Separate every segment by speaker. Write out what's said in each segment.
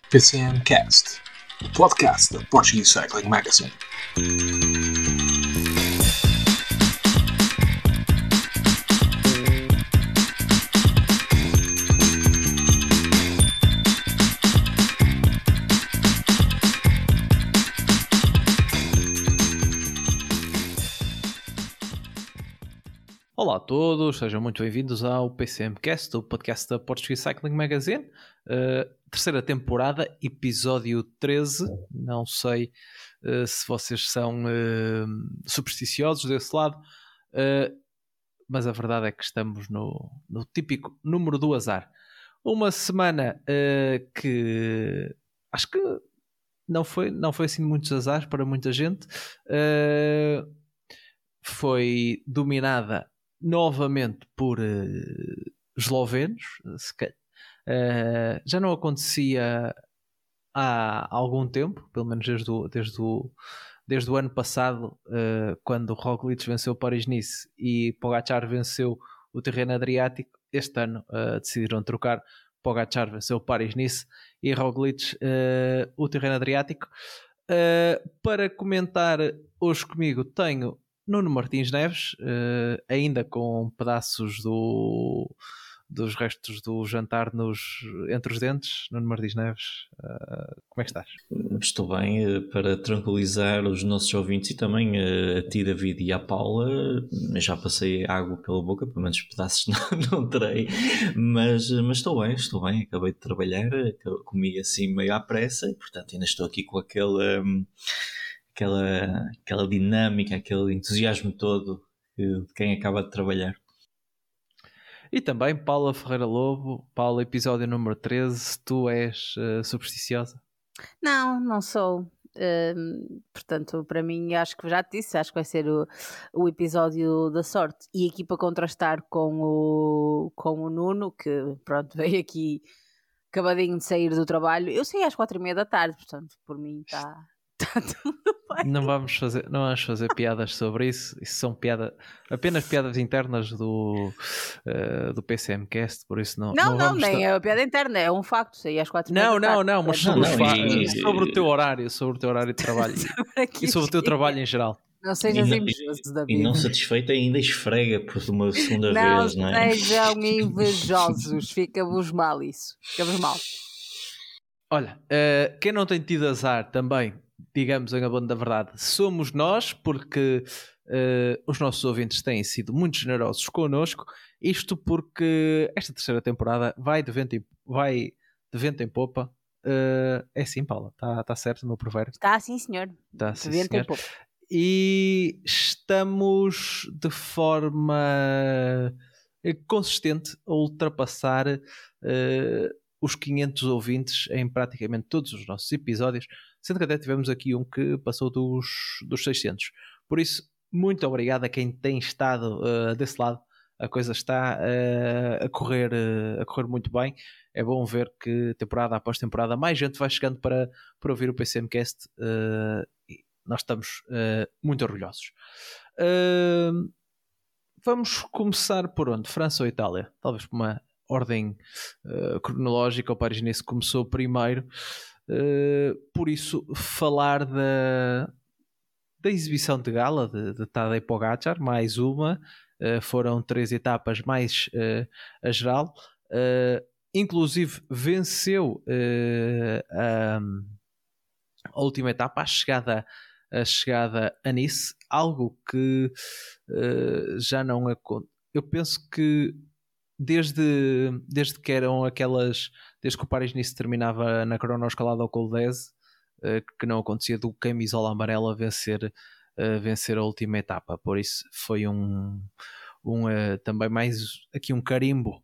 Speaker 1: PCM Cast, o podcast da Portuguese Cycling Magazine.
Speaker 2: Olá a todos, sejam muito bem-vindos ao PCM Cast, o podcast da Portuguese Cycling Magazine. Terceira temporada, episódio 13. Não sei se vocês são supersticiosos desse lado, mas a verdade é que estamos no típico número do azar. Uma semana que acho que não foi assim muitos azares para muita gente. Foi dominada novamente por eslovenos. Já não acontecia há algum tempo, pelo menos desde o ano passado, quando Roglic venceu Paris-Nice e Pogačar venceu o Tirreno Adriático. Este ano decidiram trocar. Pogačar venceu Paris-Nice e Roglic o Tirreno Adriático. Para comentar hoje comigo tenho Nuno Martins Neves, ainda com pedaços dos restos do jantar entre os dentes. Nuno Martins Neves, como é que estás?
Speaker 3: Estou bem. Para tranquilizar os nossos ouvintes e também a ti, David, e à Paula, já passei água pela boca, pelo menos pedaços não terei, mas estou bem, acabei de trabalhar, comi assim meio à pressa e portanto ainda estou aqui com aquela dinâmica, aquele entusiasmo todo de quem acaba de trabalhar.
Speaker 2: E também Paula Ferreira Lobo. Paula, episódio número 13. Tu és supersticiosa?
Speaker 4: Não sou. Portanto, para mim, acho que já te disse, acho que vai ser o episódio da sorte. E aqui para contrastar com o Nuno, que pronto, veio aqui acabadinho de sair do trabalho. Eu saí às 4:30 da tarde, portanto, por mim está tudo bem.
Speaker 2: Não vamos fazer piadas sobre isso. Isso são apenas piadas internas do PCMcast, por isso não vamos...
Speaker 4: nem é a piada interna, é um facto, saí às 4:30 da tarde.
Speaker 2: Não, mas sobre o teu horário de trabalho e sobre o teu trabalho em geral.
Speaker 4: Não sejas invejoso, David.
Speaker 3: E não satisfeito ainda esfrega por uma segunda vez, não é?
Speaker 4: Não sejam invejosos, fica-vos mal isso. Fica-vos mal.
Speaker 2: Olha, quem não tem tido azar também, digamos em abono da verdade, somos nós, porque os nossos ouvintes têm sido muito generosos connosco. Isto porque esta terceira temporada vai de vento em popa. É sim, Paula, está certo o meu provérbio?
Speaker 4: Está sim, senhor.
Speaker 2: Está sim, senhor. E estamos de forma consistente a ultrapassar os 500 ouvintes em praticamente todos os nossos episódios, sendo que até tivemos aqui um que passou dos 600. Por isso, muito obrigado a quem tem estado desse lado. A coisa está a correr muito bem. É bom ver que temporada após temporada mais gente vai chegando para ouvir o PCMcast. Nós estamos muito orgulhosos. Vamos começar por onde? França ou Itália? Talvez por uma ordem cronológica. O Paris-Nice começou primeiro. Por isso, falar da exibição de gala de Tadej Pogačar, mais uma. Foram 3 etapas mais a geral. Inclusive, venceu a última etapa, a chegada a Nice, algo que já não acontece. Eu penso que desde que eram aquelas, desde que o Paris-Nice terminava na cronoescalada ao Col d'Huez, que não acontecia do camisola amarela vencer a última etapa. Por isso foi também mais aqui um carimbo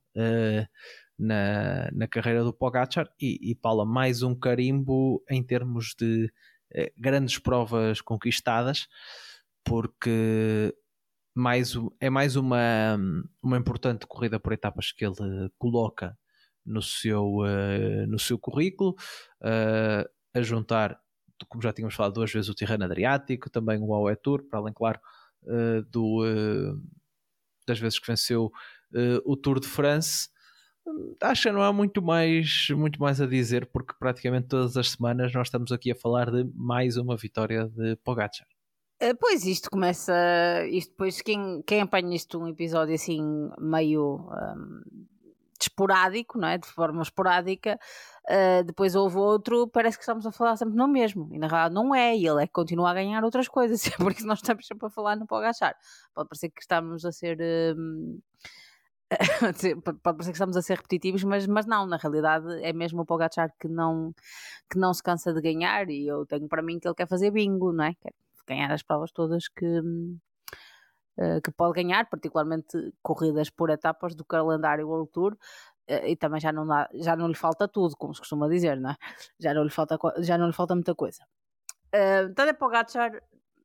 Speaker 2: na carreira do Pogačar e Paula, mais um carimbo em termos de grandes provas conquistadas, porque é mais uma importante corrida por etapas que ele coloca no seu currículo, a juntar, como já tínhamos falado 2 vezes, o Tirreno Adriático, também o AOE Tour, para além, claro, das vezes que venceu o Tour de France. Acho que não há muito mais a dizer, porque praticamente todas as semanas nós estamos aqui a falar de mais uma vitória de Pogačar.
Speaker 4: Pois isto começa. Isto depois, quem apanha isto um episódio assim meio esporádico, não é? De forma esporádica, depois houve outro, parece que estamos a falar sempre no mesmo, e na realidade não é, e ele é que continua a ganhar outras coisas, é por isso que nós estamos sempre a falar no Pogačar. Pode parecer que estamos a ser. Pode parecer que estamos a ser repetitivos, mas não, na realidade é mesmo o Pogačar que não se cansa de ganhar, e eu tenho para mim que ele quer fazer bingo, não é? Quer ganhar as provas todas que pode ganhar, particularmente corridas por etapas do calendário World Tour, e também já não lhe falta tudo, como se costuma dizer, não é? Já não lhe falta muita coisa. Tadej Pogačar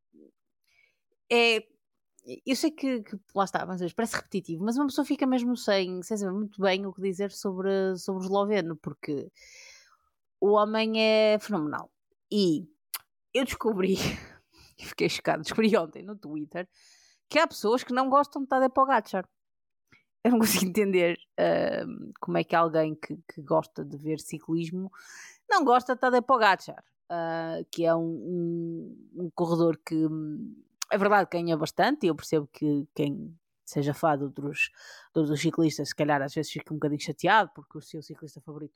Speaker 4: é... Eu sei que lá está, mas parece repetitivo, mas uma pessoa fica mesmo sem saber muito bem o que dizer sobre o esloveno, porque o homem é fenomenal. E eu descobri, e fiquei chocado, descobri ontem no Twitter, que há pessoas que não gostam de Tadej Pogačar. Eu não consigo entender como é que alguém que gosta de ver ciclismo não gosta de Tadej Pogačar, que é um corredor que... É verdade que ganha bastante, e eu percebo que quem seja fã de outros ciclistas, se calhar às vezes fica um bocadinho chateado, porque o seu ciclista favorito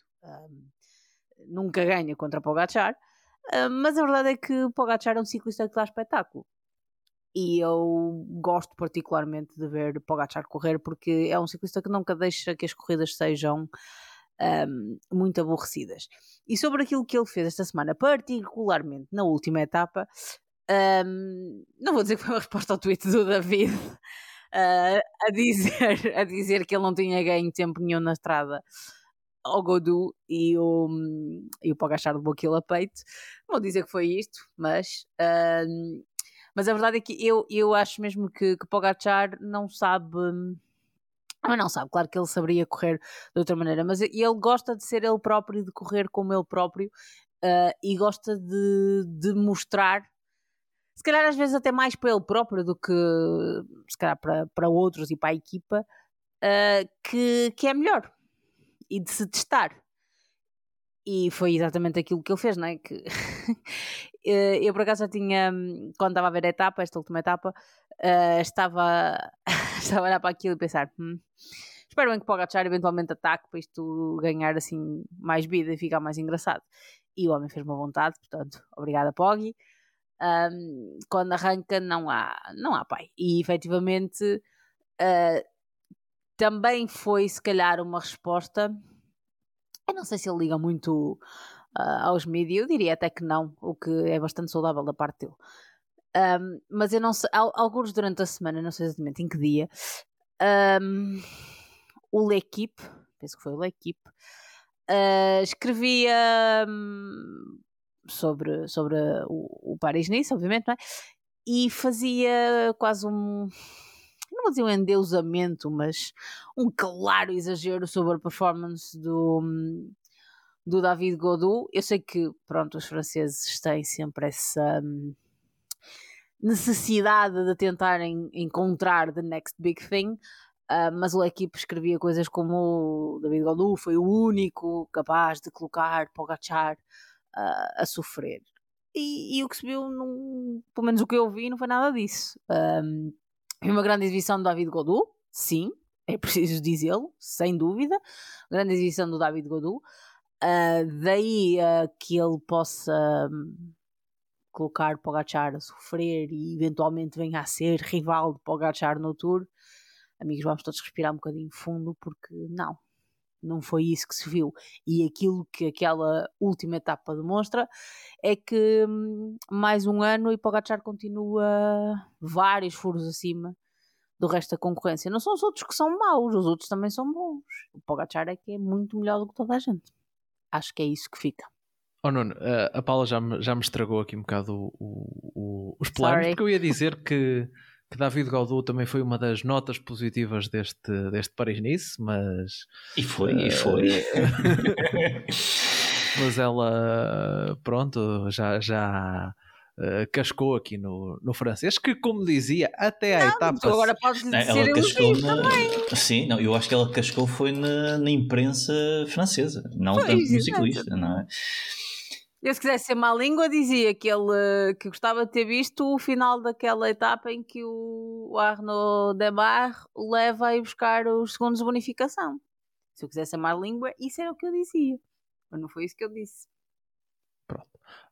Speaker 4: nunca ganha contra Pogačar, mas a verdade é que Pogačar é um ciclista que dá espetáculo. E eu gosto particularmente de ver Pogačar correr, porque é um ciclista que nunca deixa que as corridas sejam muito aborrecidas. E sobre aquilo que ele fez esta semana, particularmente na última etapa... não vou dizer que foi uma resposta ao tweet do David a dizer que ele não tinha ganho tempo nenhum na estrada ao Gaudu, e o Pogačar levou aquilo a peito. Não vou dizer que foi isto, mas a verdade é que eu acho mesmo que Pogačar não sabe. Não sabe, claro que ele saberia correr de outra maneira, mas ele gosta de ser ele próprio, de correr como ele próprio, e gosta de mostrar, se calhar às vezes até mais para ele próprio do que se calhar para outros e para a equipa, que é melhor, e de se testar. E foi exatamente aquilo que ele fez, não é? Que eu por acaso já tinha, quando estava a ver a etapa, esta última etapa, estava a olhar para aquilo e pensar, espero bem que Pogačar eventualmente ataque para isto ganhar assim mais vida e ficar mais engraçado. E o homem fez uma vontade, portanto, obrigada Poggi. Quando arranca não há pai, e efetivamente também foi se calhar uma resposta. Eu não sei se ele liga muito aos mídias, eu diria até que não, o que é bastante saudável da parte dele, mas eu não sei, alguns durante a semana, não sei exatamente em que dia, o L'Équipe, penso que foi o L'Équipe, escrevia sobre o Paris-Nice, obviamente, não é? E fazia quase não vou dizer um endeusamento, mas um claro exagero sobre a performance do David Gaudu. Eu sei que, pronto, os franceses têm sempre essa necessidade de tentarem encontrar the next big thing, mas o L'Équipe escrevia coisas como o David Gaudu foi o único capaz de colocar Pogačar a sofrer. E o que se viu, pelo menos o que eu vi, não foi nada disso. Uma grande exibição do David Gaudu, sim, é preciso dizê-lo, sem dúvida. Grande exibição do David Gaudu. Daí que ele possa colocar Pogačar a sofrer e eventualmente venha a ser rival de Pogačar no Tour. Amigos, vamos todos respirar um bocadinho fundo, porque não foi isso que se viu. E aquilo que aquela última etapa demonstra é que mais um ano e Pogačar continua vários furos acima do resto da concorrência. Não são os outros que são maus, os outros também são bons. O Pogačar é que é muito melhor do que toda a gente. Acho que é isso que fica.
Speaker 2: Oh Nuno, a Paula já me estragou aqui um bocado os planos, porque eu ia dizer que David Gaudu também foi uma das notas positivas deste Paris-Nice, mas...
Speaker 3: E foi.
Speaker 2: Mas ela, pronto, já cascou aqui no francês, que, como dizia, até à etapa...
Speaker 4: Tu agora podes dizer
Speaker 3: ela cascou
Speaker 4: também.
Speaker 3: Sim, não, eu acho que ela cascou foi na imprensa francesa, não tanto no ciclista, não é?
Speaker 4: Eu, se quisesse ser má língua, dizia que ele que gostava de ter visto o final daquela etapa em que o Arnaud Démare o leva a ir buscar os segundos de bonificação. Se eu quisesse ser má língua, isso era o que eu dizia. Mas não foi isso que eu disse.
Speaker 2: Pronto.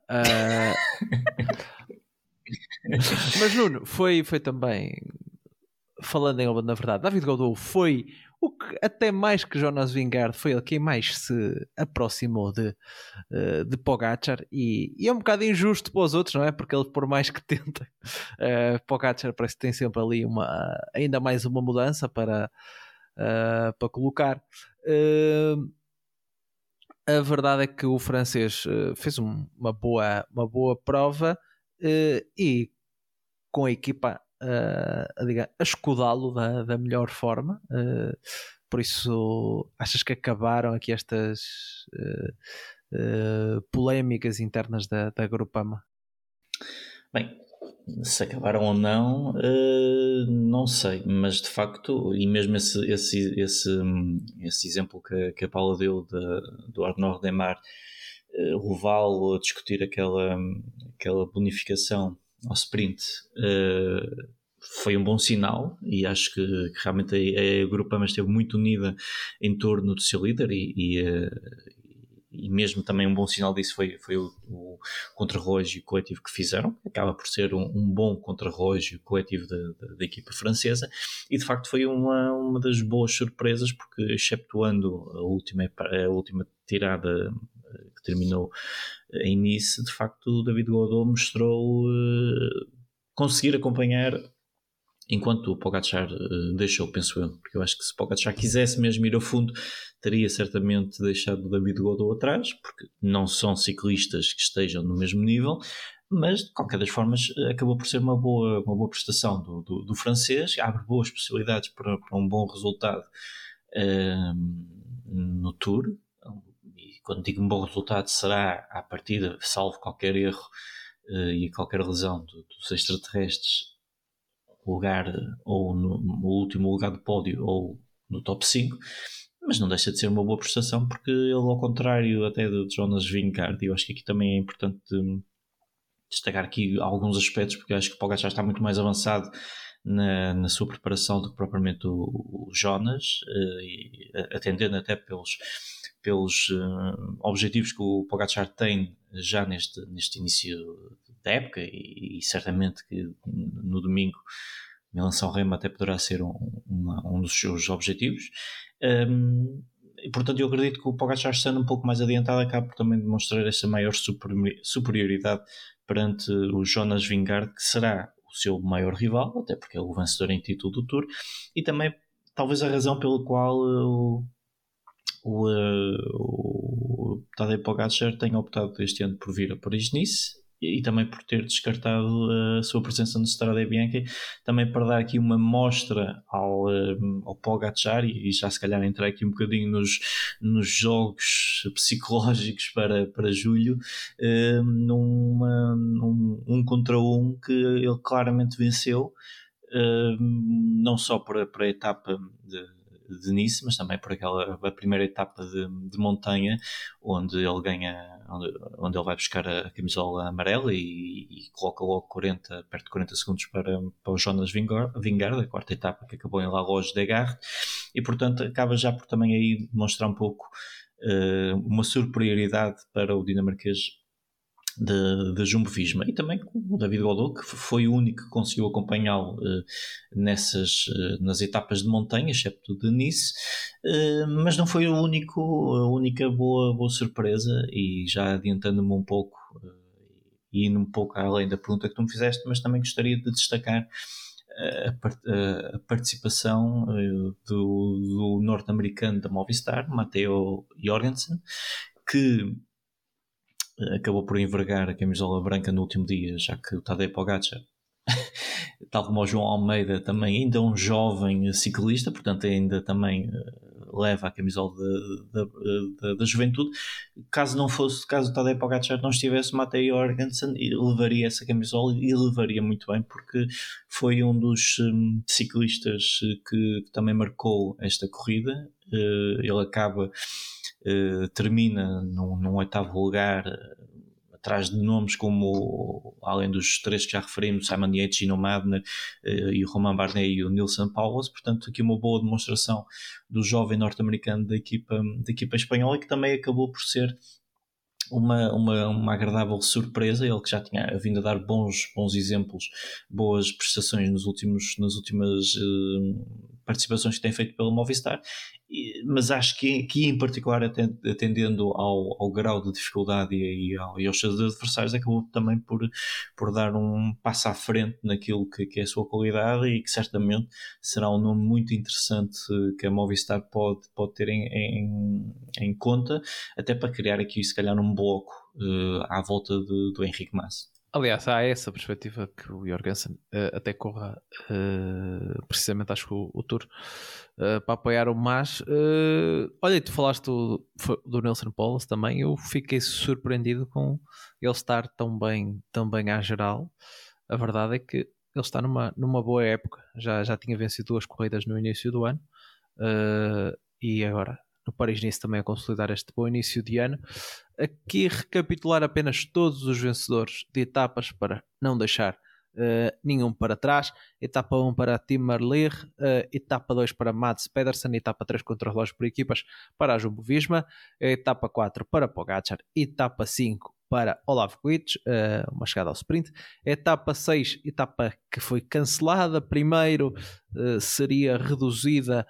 Speaker 2: Mas Nuno, foi também, falando em na verdade, David Gaudu foi o que, até mais que Jonas Vingegaard, foi ele quem mais se aproximou de Pogačar, e é um bocado injusto para os outros, não é? Porque ele, por mais que tenta, Pogačar parece que tem sempre ali ainda mais uma mudança para colocar. A verdade é que o francês fez uma boa prova, e com a equipa a escudá-lo da melhor forma. Por isso, achas que acabaram aqui estas polémicas internas da Groupama?
Speaker 3: Bem, se acabaram ou não, não sei, mas de facto, e mesmo esse exemplo que a Paula deu do Arnaud Démare, levá-lo a discutir aquela bonificação ao sprint, foi um bom sinal, e acho que realmente a Groupama esteve muito unida em torno do seu líder, e mesmo também um bom sinal disso foi o contrarrelógio coletivo que fizeram. Acaba por ser um bom contrarrelógio coletivo da equipa francesa, e de facto foi uma das boas surpresas, porque exceptuando a última tirada que terminou em Nice, de facto o David Gaudu mostrou conseguir acompanhar enquanto o Pogačar deixou, penso eu, porque eu acho que se o Pogačar quisesse mesmo ir a fundo, teria certamente deixado o David Gaudu atrás, porque não são ciclistas que estejam no mesmo nível, mas de qualquer das formas acabou por ser uma boa prestação do francês, abre boas possibilidades para um bom resultado no Tour, e quando digo um bom resultado será à partida, salvo qualquer erro e qualquer lesão dos extraterrestres, lugar ou no último lugar do pódio ou no top 5, mas não deixa de ser uma boa prestação, porque ele, ao contrário até de Jonas Vingegaard, eu acho que aqui também é importante destacar aqui alguns aspectos, porque eu acho que o Pogačar está muito mais avançado na sua preparação do que propriamente o Jonas, atendendo até pelos objetivos que o Pogačar tem já neste início da época, e certamente que no domingo Milão-São Remo até poderá ser um dos seus objetivos, e portanto eu acredito que o Pogačar, estando um pouco mais adiantado, acaba por também demonstrar essa maior superioridade perante o Jonas Vingegaard, que será o seu maior rival, até porque é o vencedor em título do Tour, e também talvez a razão pela qual o Tadej Pogačar tem optado este ano por vir a Paris-Nice, e também por ter descartado a sua presença no Strade Bianche, também para dar aqui uma mostra ao Pogačar, e já se calhar entrar aqui um bocadinho nos jogos psicológicos para julho, num contra um que ele claramente venceu, não só para a etapa de Nice, mas também por a primeira etapa de montanha, onde ele onde ele vai buscar a camisola amarela e coloca logo perto de 40 segundos para o Jonas Vingegaard, a quarta etapa que acabou em La Roche-de-Gard, e portanto acaba já por também aí demonstrar um pouco uma superioridade para o dinamarquês de Jumbo-Visma, e também o David Gaudu, que foi o único que conseguiu acompanhá-lo nas etapas de montanha, excepto de Nice, mas não foi a única boa surpresa. E já adiantando-me um pouco e indo um pouco além da pergunta que tu me fizeste, mas também gostaria de destacar a participação do norte-americano da Movistar, Matteo Jorgensen, que acabou por envergar a camisola branca no último dia, já que o Tadej Pogačar, tal como o João Almeida, também ainda um jovem ciclista, portanto ainda também leva a camisola da Juventude. Caso o Tadej Pogačar não estivesse, o Matej Jorgensen levaria essa camisola e levaria muito bem, porque foi um dos ciclistas que também marcou esta corrida. Ele termina num 8º lugar, atrás de nomes como, além dos 3 que já referimos, Simon Yates, Gino Madner e o Romain Bardet e o Nilson Pauwels. Portanto, aqui uma boa demonstração do jovem norte-americano da equipa espanhola, que também acabou por ser uma agradável surpresa. Ele que já tinha vindo a dar bons exemplos, boas prestações nas últimas participações que tem feito pelo Movistar, mas acho que aqui em particular, atendendo ao grau de dificuldade e aos seus adversários, acabou também por dar um passo à frente naquilo que é a sua qualidade, e que certamente será um nome muito interessante que a Movistar pode ter em conta, até para criar aqui se calhar um bloco à volta do Henrique Mas.
Speaker 2: Aliás, há essa perspectiva que o Jorgensen até corra precisamente, acho que o Tour para apoiar o Mas. Olha, tu falaste do Nelson Pauwels também. Eu fiquei surpreendido com ele estar tão bem à geral. A verdade é que ele está numa boa época. Já tinha vencido 2 corridas no início do ano, e agora no Paris-Nice também a consolidar este bom início de ano. Aqui recapitular apenas todos os vencedores de etapas para não deixar nenhum para trás. Etapa 1 para Tim Merlier, etapa 2 para Mads Pedersen, etapa 3 contra-relógio por equipas para a Jumbo-Visma, etapa 4 para Pogačar, etapa 5 para Olav Kwiat, uma chegada ao sprint, etapa 6, etapa que foi cancelada, primeiro seria reduzida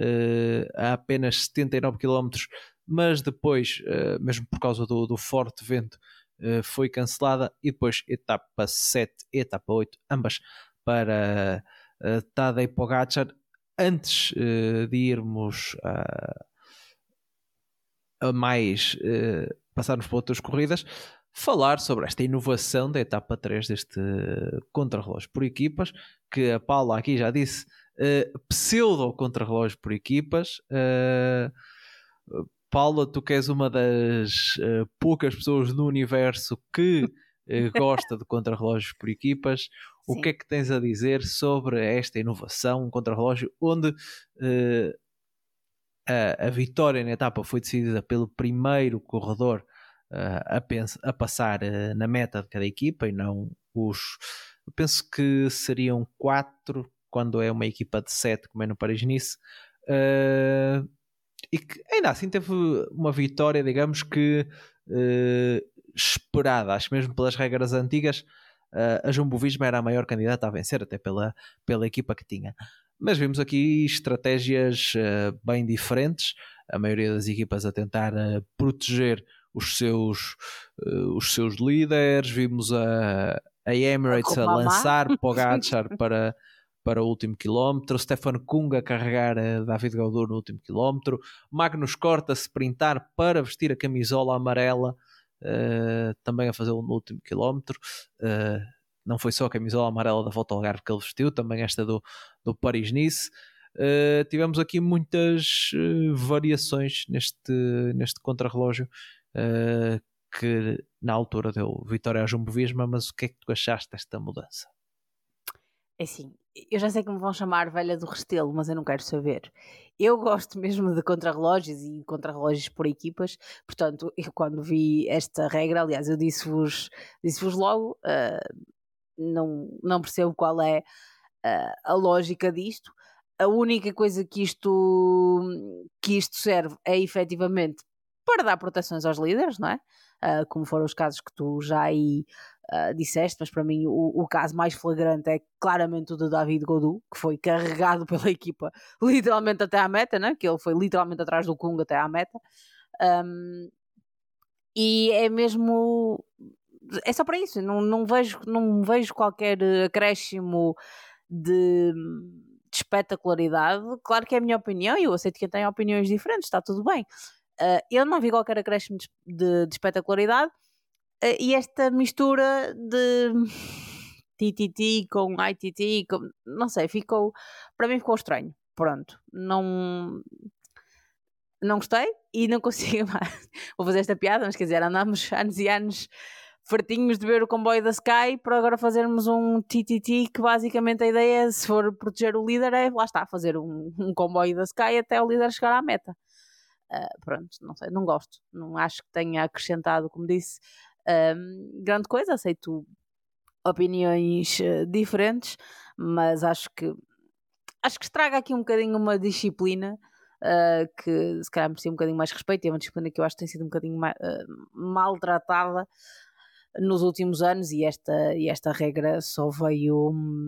Speaker 2: a apenas 79 km, mas depois, mesmo por causa do forte vento, foi cancelada. E depois etapa 7 e etapa 8, ambas para Tadej Pogačar. Antes de irmos a mais passarmos para outras corridas, falar sobre esta inovação da etapa 3 deste contrarrelógio por equipas, que a Paula aqui já disse, pseudo contrarrelógio por equipas. Paula, tu que és uma das poucas pessoas no universo que gosta de contrarrelógios por equipas, sim, o que é que tens a dizer sobre esta inovação, um contrarrelógio onde a vitória na etapa foi decidida pelo primeiro corredor a passar na meta de cada equipa, e não eu penso que seriam 4 quando é uma equipa de 7, como é no Paris-Nice, e que ainda assim teve uma vitória, digamos que esperada. Acho que mesmo pelas regras antigas, a Jumbo-Visma era a maior candidata a vencer, até pela equipa que tinha. Mas vimos aqui estratégias bem diferentes, a maioria das equipas a tentar proteger os seus líderes. Vimos a Emirates a lançar Pogačar para o último quilómetro, Stefan Kung a carregar David Gaudu no último quilómetro, Magnus Cort a sprintar para vestir a camisola amarela, também a fazê-lo no último quilómetro. Não foi só a camisola amarela da Volta ao Algarve que ele vestiu, também esta do Paris-Nice. Tivemos aqui muitas variações neste contrarrelógio, que na altura deu vitória à Jumbo-Visma. Mas o que é que tu achaste desta mudança?
Speaker 4: É assim, eu já sei que me vão chamar velha do Restelo, mas eu não quero saber. Eu gosto mesmo de contrarrelógios e contrarrelógios por equipas. Portanto, eu quando vi esta regra, aliás, eu disse-vos logo, não percebo qual é a lógica disto. A única coisa que isto serve é efetivamente para dar proteções aos líderes, não é? Como foram os casos que tu já aí disseste, mas para mim o caso mais flagrante é claramente o de David Gaudu, que foi carregado pela equipa literalmente até à meta, né? Que ele foi literalmente atrás do Kung até à meta, e é mesmo, é só para isso. Não vejo qualquer acréscimo de espetacularidade. Claro que é a minha opinião e eu aceito que tenha opiniões diferentes, está tudo bem. Eu não vi qualquer acréscimo de espetacularidade, e esta mistura de TTT com ITT, não sei, para mim ficou estranho. Pronto, não não gostei e não consigo mais. Vou fazer esta piada, mas quer dizer, andámos anos e anos fartinhos de ver o comboio da Sky para agora fazermos um TTT, que basicamente a ideia, se for proteger o líder, é, lá está, fazer um comboio da Sky até o líder chegar à meta. Pronto, não sei, não gosto, não acho que tenha acrescentado, como disse, grande coisa. Aceito opiniões diferentes, mas acho que estraga aqui um bocadinho uma disciplina que se calhar merecia um bocadinho mais respeito. É uma disciplina que eu acho que tem sido um bocadinho maltratada nos últimos anos, e esta regra só veio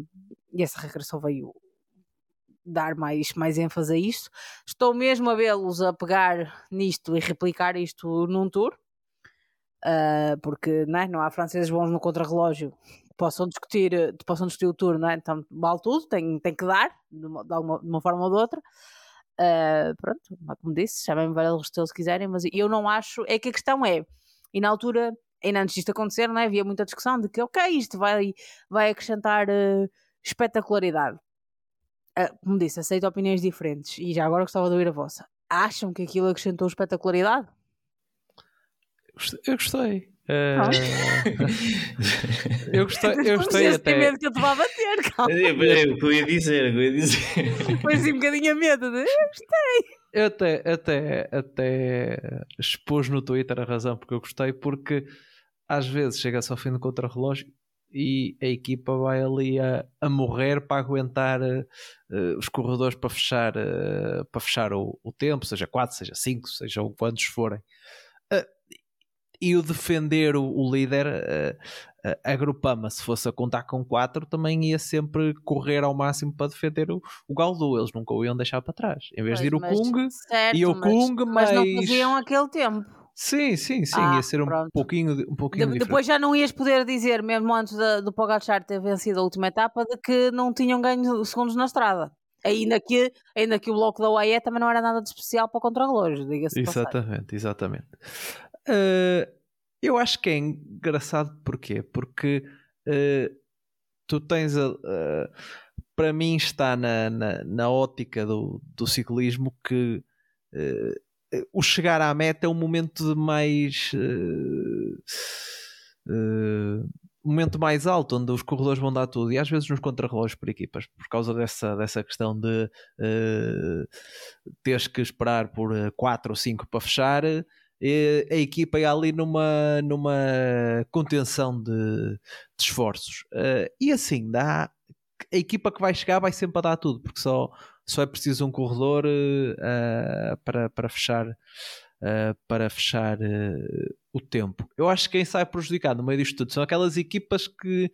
Speaker 4: dar mais ênfase a isto. Estou mesmo a vê-los a pegar nisto e replicar isto num tour, porque não há franceses bons no contrarrelógio que possam discutir o tour, não é? Então vale tudo, tem que dar de uma forma ou de outra. Pronto, como disse, chamem-me Varela Restelo se quiserem, mas eu não acho. É que a questão é, e na altura, ainda antes disto acontecer, não é? Havia muita discussão de que isto vai acrescentar espetacularidade. Como disse, aceito opiniões diferentes, e já agora gostava de ouvir a vossa. Acham que aquilo acrescentou espetacularidade?
Speaker 2: Eu gostei. Eu gostei até.
Speaker 4: Tem medo que eu te vá bater, calma.
Speaker 3: O que eu ia dizer.
Speaker 4: Foi assim um bocadinho a medo de... Eu gostei.
Speaker 2: Eu até expus no Twitter a razão porque eu gostei, porque às vezes chega-se ao fim do contrarrelógio e a equipa vai ali a morrer para aguentar os corredores para fechar o tempo, seja 4, seja 5, seja quantos forem. E o defender o líder, a Groupama, se fosse a contar com 4, também ia sempre correr ao máximo para defender o Gaudu. Eles nunca o iam deixar para trás. Em vez de ir o Kung,
Speaker 4: certo,
Speaker 2: e o Kung
Speaker 4: mas não faziam aquele tempo.
Speaker 2: Sim, ia ser um pouquinho diferente.
Speaker 4: Depois já não ias poder dizer, mesmo antes do Pogačar ter vencido a última etapa, de que não tinham ganho segundos na estrada. Ainda que o bloco da UAE também não era nada de especial para o contrarrelógio, diga-se.
Speaker 2: Exatamente. Eu acho que é engraçado. Porquê? Porque tu tens para mim está na ótica do ciclismo que o chegar à meta é um momento momento mais alto, onde os corredores vão dar tudo, e às vezes nos contrarrelógios por equipas, por causa dessa questão de teres que esperar por 4 ou 5 para fechar, a equipa é ali numa contenção de esforços, e assim a equipa que vai chegar vai sempre a dar tudo, porque só é preciso um corredor para fechar o tempo. Eu acho que quem sai prejudicado no meio disto tudo são aquelas equipas que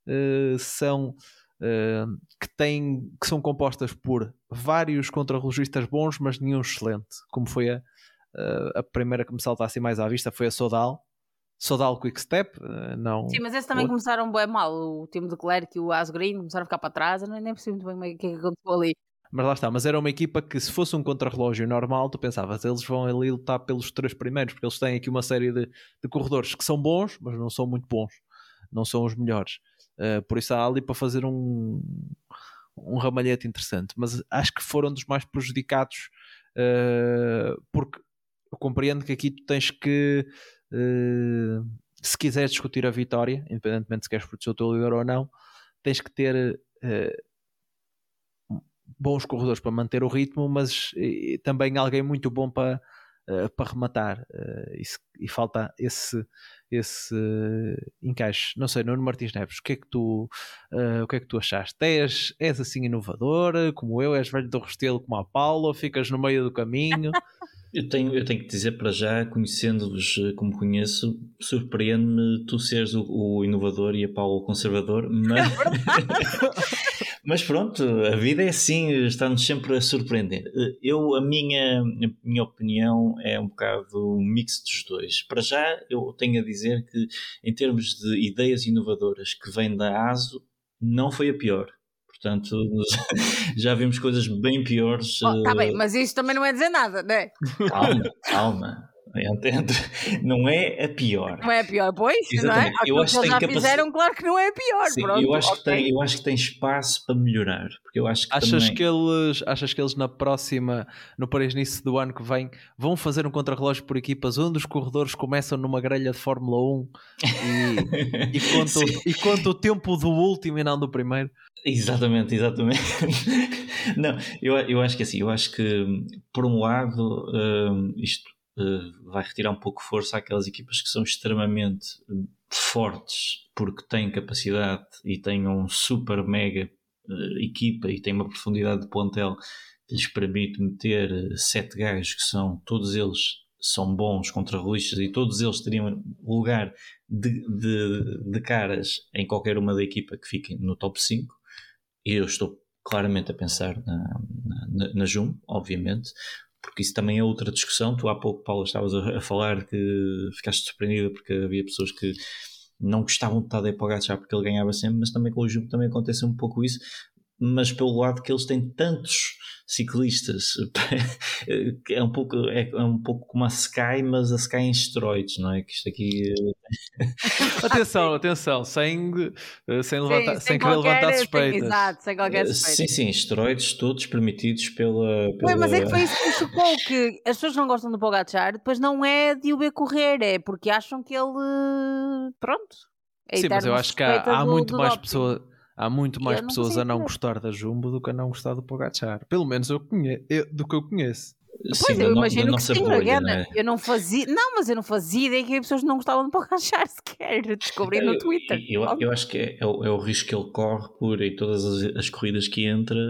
Speaker 2: são compostas por vários contrarrelogistas bons, mas nenhum excelente, como foi a primeira que me salta assim mais à vista, foi a Soudal Quick Step. Não...
Speaker 4: Sim, mas esses também começaram bem mal. O time de Clerc e o Asgreen começaram a ficar para trás. Eu nem percebi muito bem o que aconteceu ali.
Speaker 2: Mas lá está, mas era uma equipa que, se fosse um contrarrelógio normal, tu pensavas, eles vão ali lutar pelos 3 primeiros, porque eles têm aqui uma série de corredores que são bons, mas não são muito bons, não são os melhores. Por isso há ali para fazer um ramalhete interessante. Mas acho que foram dos mais prejudicados, porque eu compreendo que aqui tu tens que, se quiseres discutir a vitória, independentemente se queres proteger o teu líder ou não, tens que ter bons corredores para manter o ritmo, mas também alguém muito bom para rematar, e falta esse encaixe. Não sei, Nuno Martins Neves, o que é que tu achaste? És assim inovador como eu? És velho do Restelo como a Paula? Ficas no meio do caminho?
Speaker 3: Eu tenho que dizer, para já, conhecendo-vos como conheço, surpreende-me tu seres o inovador e a Paula o conservador, mas... Mas pronto, a vida é assim, está-nos sempre a surpreender. A minha opinião é um bocado um mix dos dois. Para já, eu tenho a dizer que, em termos de ideias inovadoras que vêm da ASO, não foi a pior. Portanto, já vimos coisas bem piores.
Speaker 4: Está bem, mas isso também não é dizer nada, não é?
Speaker 3: Calma. Não é a pior.
Speaker 4: Não é a pior, pois,
Speaker 3: Exatamente.
Speaker 4: não é?
Speaker 3: Eu acho que
Speaker 4: eles já fizeram, claro que não é a pior.
Speaker 3: Sim,
Speaker 4: pronto,
Speaker 3: eu acho que tem espaço para melhorar. Porque eu acho que
Speaker 2: achas
Speaker 3: também...
Speaker 2: que eles na próxima, no Paris-Nice do ano que vem, vão fazer um contrarrelógio por equipas onde os corredores começam numa grelha de Fórmula 1 e conta o tempo do último e não do primeiro?
Speaker 3: Exatamente. Não, eu acho que assim, eu acho que por um lado isto vai retirar um pouco de força àquelas equipas que são extremamente fortes porque têm capacidade e têm um super mega equipa e têm uma profundidade de plantel que lhes permite meter 7 gajos que são, todos eles são bons contrarrelistas e todos eles teriam lugar de caras em qualquer uma da equipa que fiquem no top 5. E eu estou claramente a pensar na Jumbo, obviamente, porque isso também é outra discussão. Tu há pouco, Paulo, estavas a falar que ficaste surpreendida porque havia pessoas que não gostavam de Tadej Pogačar porque ele ganhava sempre, mas também com o Jumbo também acontece um pouco isso, mas pelo lado que eles têm tantos ciclistas é um pouco como a Sky, mas a Sky em esteroides, não é? Que isto aqui
Speaker 2: atenção, sem querer levantar suspeitas.
Speaker 4: Exato, sem qualquer suspeita.
Speaker 3: Sim, esteroides todos permitidos pela...
Speaker 4: Mas é que foi isso que me chocou, que as pessoas não gostam do Pogačar, depois não é de o ver correr, é porque acham que ele, pronto, é
Speaker 2: sim, mas eu acho que há muito mais pessoas... Há muito mais pessoas a não gostar da Jumbo do que a não gostar do Pogačar. Pelo menos do que eu conheço.
Speaker 4: Pois,
Speaker 3: sim,
Speaker 4: eu imagino que sim,
Speaker 3: bolha, né?
Speaker 4: eu não fazia ideia que as pessoas não gostavam de Pogačar sequer, descobri no Twitter.
Speaker 3: Eu acho que é o risco que ele corre por em todas as corridas que entra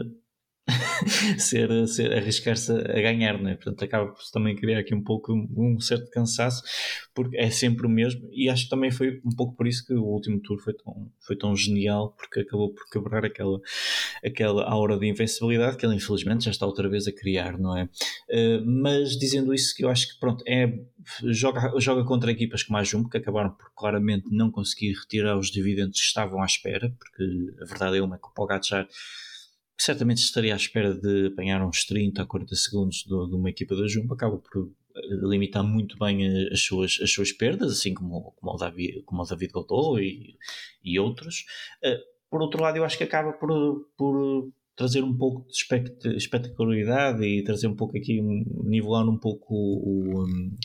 Speaker 3: arriscar-se a ganhar, não é? Portanto, acaba por também criar aqui um pouco um certo cansaço, porque é sempre o mesmo, e acho que também foi um pouco por isso que o último tour foi tão genial, porque acabou por quebrar aquela aura de invencibilidade que ele infelizmente já está outra vez a criar, não é? Mas dizendo isso, que eu acho que pronto, joga contra equipas como a Jumbo, que acabaram por claramente não conseguir retirar os dividendos que estavam à espera, porque a verdade é uma que o Pogačar certamente estaria à espera de apanhar uns 30 a 40 segundos de uma equipa da Jumbo, acaba por limitar muito bem as suas perdas, assim como o David Gauthot e outros. Por outro lado, eu acho que acaba por trazer um pouco de espetacularidade e trazer um pouco aqui, nivelar um pouco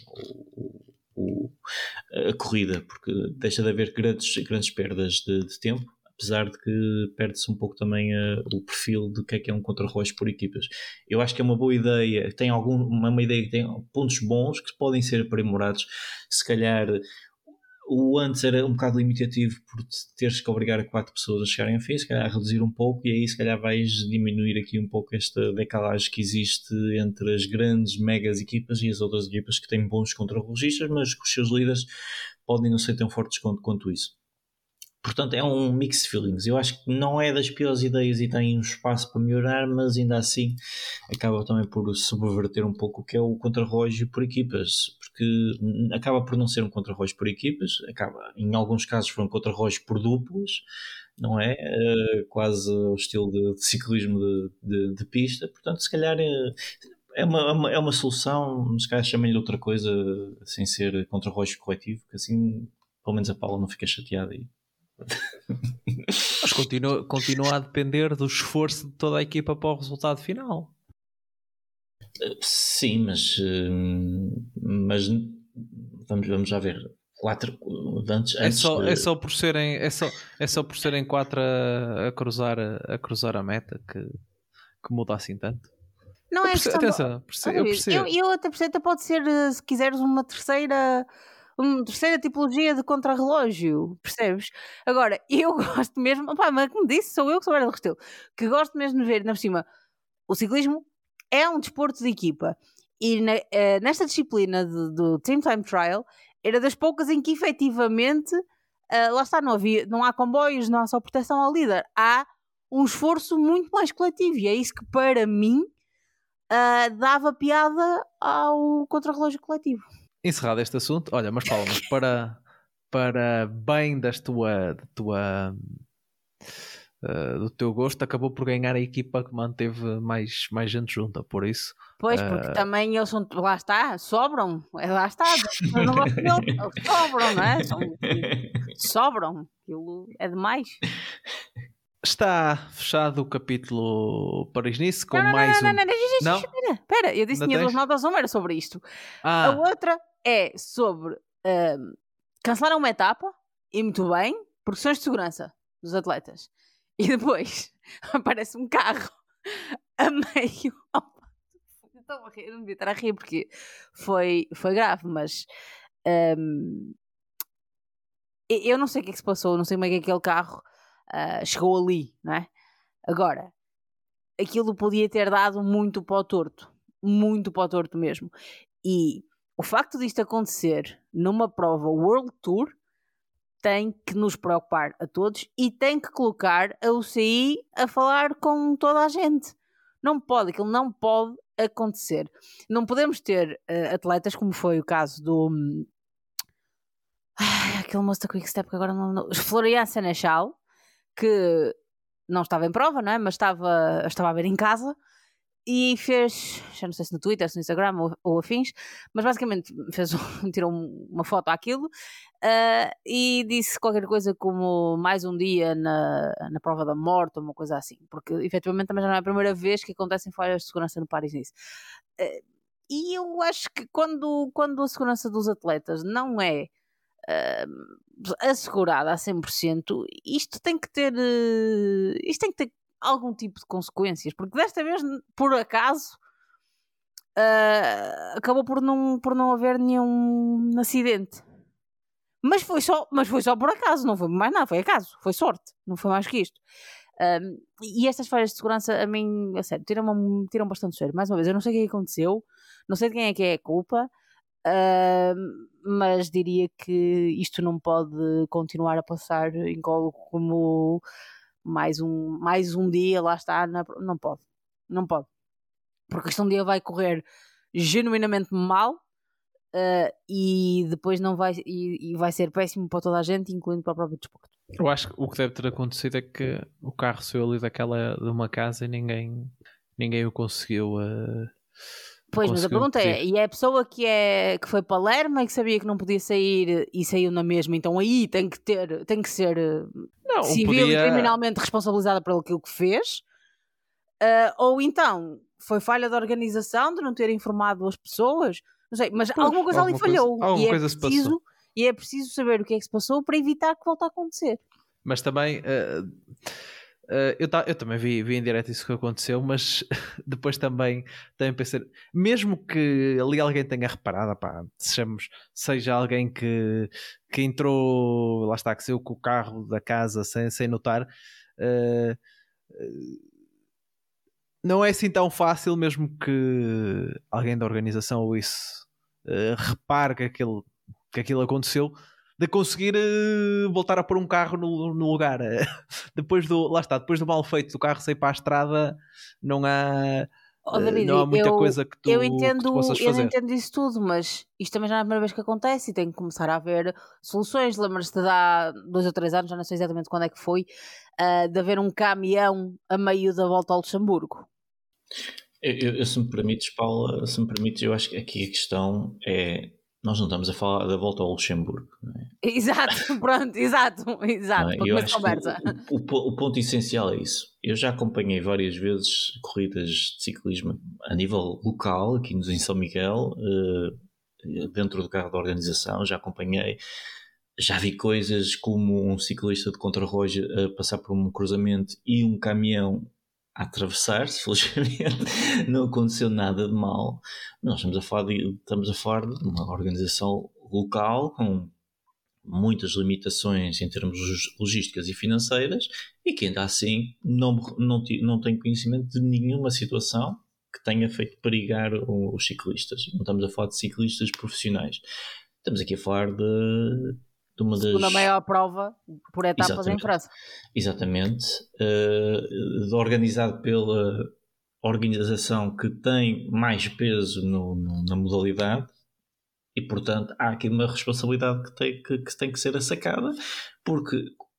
Speaker 3: a corrida, porque deixa de haver grandes perdas de tempo, apesar de que perde-se um pouco também o perfil de que é um contrarrelógio por equipas. Eu acho que é uma boa ideia, tem uma ideia que tem pontos bons que podem ser aprimorados. Se calhar o antes era um bocado limitativo por teres que obrigar a 4 pessoas a chegarem ao fim, se calhar reduzir um pouco, e aí se calhar vais diminuir aqui um pouco esta decalagem que existe entre as grandes megas equipas e as outras equipas que têm bons contrarrelogistas, mas que os seus líderes podem não ser tão fortes quanto isso. Portanto, é um mix de feelings. Eu acho que não é das piores ideias e tem um espaço para melhorar, mas ainda assim acaba também por subverter um pouco o que é o contrarrelógio por equipas, porque acaba por não ser um contrarrelógio por equipas, em alguns casos foi um contrarrelógio por duplas, não é? Quase o estilo de ciclismo de pista. Portanto, se calhar é uma solução, se calhar chamem-lhe outra coisa sem ser contrarrelógio coletivo, que assim pelo menos a Paula não fica chateada aí.
Speaker 2: Mas continua a depender do esforço de toda a equipa para o resultado final.
Speaker 3: Sim, mas vamos já ver. 4 antes.
Speaker 2: É só por serem 4 a cruzar a meta que muda assim tanto.
Speaker 4: Não é questão.
Speaker 2: Atenção, eu percebo.
Speaker 4: Eu até percebo, até pode ser, se quiseres, uma terceira tipologia de contrarrelógio, percebes? Agora, eu gosto mesmo, mas como disse, sou eu que sou era do Restelo, que gosto mesmo de ver, na por cima, o ciclismo é um desporto de equipa, e nesta disciplina do Team Time Trial, era das poucas em que efetivamente, lá está, não há comboios, não há só proteção ao líder, há um esforço muito mais coletivo, e é isso que para mim dava piada ao contrarrelógio coletivo.
Speaker 2: Encerrado este assunto, olha, mas Paulo, do teu gosto, acabou por ganhar a equipa que manteve mais gente junta, por isso.
Speaker 4: Pois, porque também eles são, lá está, sobram, lá está, eu não gosto deles, eles sobram, não é? Sobram, aquilo é demais.
Speaker 2: Está fechado o capítulo Paris-Nice com mais um...
Speaker 4: Não? Espera, eu disse que tinha 2 notas, uma era sobre isto. A outra é sobre cancelar uma etapa, e muito bem, por questões de segurança dos atletas. E depois aparece um carro a meio. Eu não devia estar a rir porque foi grave, mas eu não sei o que é que se passou, não sei como é que aquele carro chegou ali, não é? Agora, aquilo podia ter dado muito para o torto mesmo. E o facto disto acontecer numa prova World Tour tem que nos preocupar a todos e tem que colocar a UCI a falar com toda a gente. Aquilo não pode acontecer. Não podemos ter atletas, como foi o caso do aquele moço da Quick Step que agora não... Florian Senechal, que não estava em prova, não é? Mas estava a ver em casa e fez, já não sei se no Twitter, se no Instagram ou afins, mas basicamente tirou uma foto àquilo e disse qualquer coisa como mais um dia na prova da morte ou uma coisa assim, porque efetivamente também já não é a primeira vez que acontecem falhas de segurança no Paris-Nice. E eu acho que quando a segurança dos atletas não é assegurada a 100%, isto tem que ter algum tipo de consequências, porque desta vez, por acaso, acabou por não haver nenhum acidente. Mas foi só por acaso, não foi mais nada, foi acaso, foi sorte, não foi mais que isto. E estas falhas de segurança, a mim, a sério, tiram bastante sério. Mais uma vez, eu não sei o que aconteceu, não sei de quem é que é a culpa, mas diria que isto não pode continuar a passar em colo como mais um dia, lá está, não pode, porque isto um dia vai correr genuinamente mal e depois não vai, e vai ser péssimo para toda a gente, incluindo para o próprio desporto.
Speaker 2: Eu acho que o que deve ter acontecido é que o carro saiu ali de uma casa e ninguém o conseguiu.
Speaker 4: Pois, mas a pergunta é, e é a pessoa que foi para Palermo e que sabia que não podia sair e saiu na mesma, então aí tem que ser civil e criminalmente responsabilizada por aquilo que fez, ou então foi falha da organização de não ter informado as pessoas, não sei, mas alguma coisa ali falhou e é preciso saber o que é que se passou para evitar que volte a acontecer.
Speaker 2: Mas também eu também vi em direto isso que aconteceu, mas depois também pensei, mesmo que ali alguém tenha reparado, seja alguém que entrou, lá está, que saiu com o carro da casa sem notar, não é assim tão fácil, mesmo que alguém da organização ou isso repare que aquilo aconteceu, de conseguir voltar a pôr um carro no lugar. Depois do mal feito do carro sair para a estrada, não há muita coisa que tu possas fazer.
Speaker 4: Eu entendo isso tudo, mas isto também já não é a primeira vez que acontece e tem que começar a haver soluções. Lembras-te de há 2 ou 3 anos, já não sei exatamente quando é que foi, de haver um caminhão a meio da volta ao Luxemburgo.
Speaker 3: Eu, se me permites, Paula, eu acho que aqui a questão é: nós não estamos a falar da volta ao Luxemburgo, não é?
Speaker 4: Exato, pronto, exato.
Speaker 3: Eu acho que o ponto essencial é isso. Eu já acompanhei várias vezes corridas de ciclismo a nível local, aqui em São Miguel, dentro do carro da organização, já acompanhei. Já vi coisas como um ciclista de contrarrelógio a passar por um cruzamento e um caminhão a atravessar-se. Felizmente não aconteceu nada de mal. Nós estamos a falar de uma organização local com muitas limitações em termos logísticas e financeiras e que ainda assim não tem conhecimento de nenhuma situação que tenha feito perigar os ciclistas. Não estamos a falar de ciclistas profissionais. Estamos aqui a falar de uma das...
Speaker 4: segunda maior prova por etapas em França.
Speaker 3: Exatamente. Organizado pela organização que tem mais peso na modalidade e, portanto, há aqui uma responsabilidade que tem que ser assacada, porque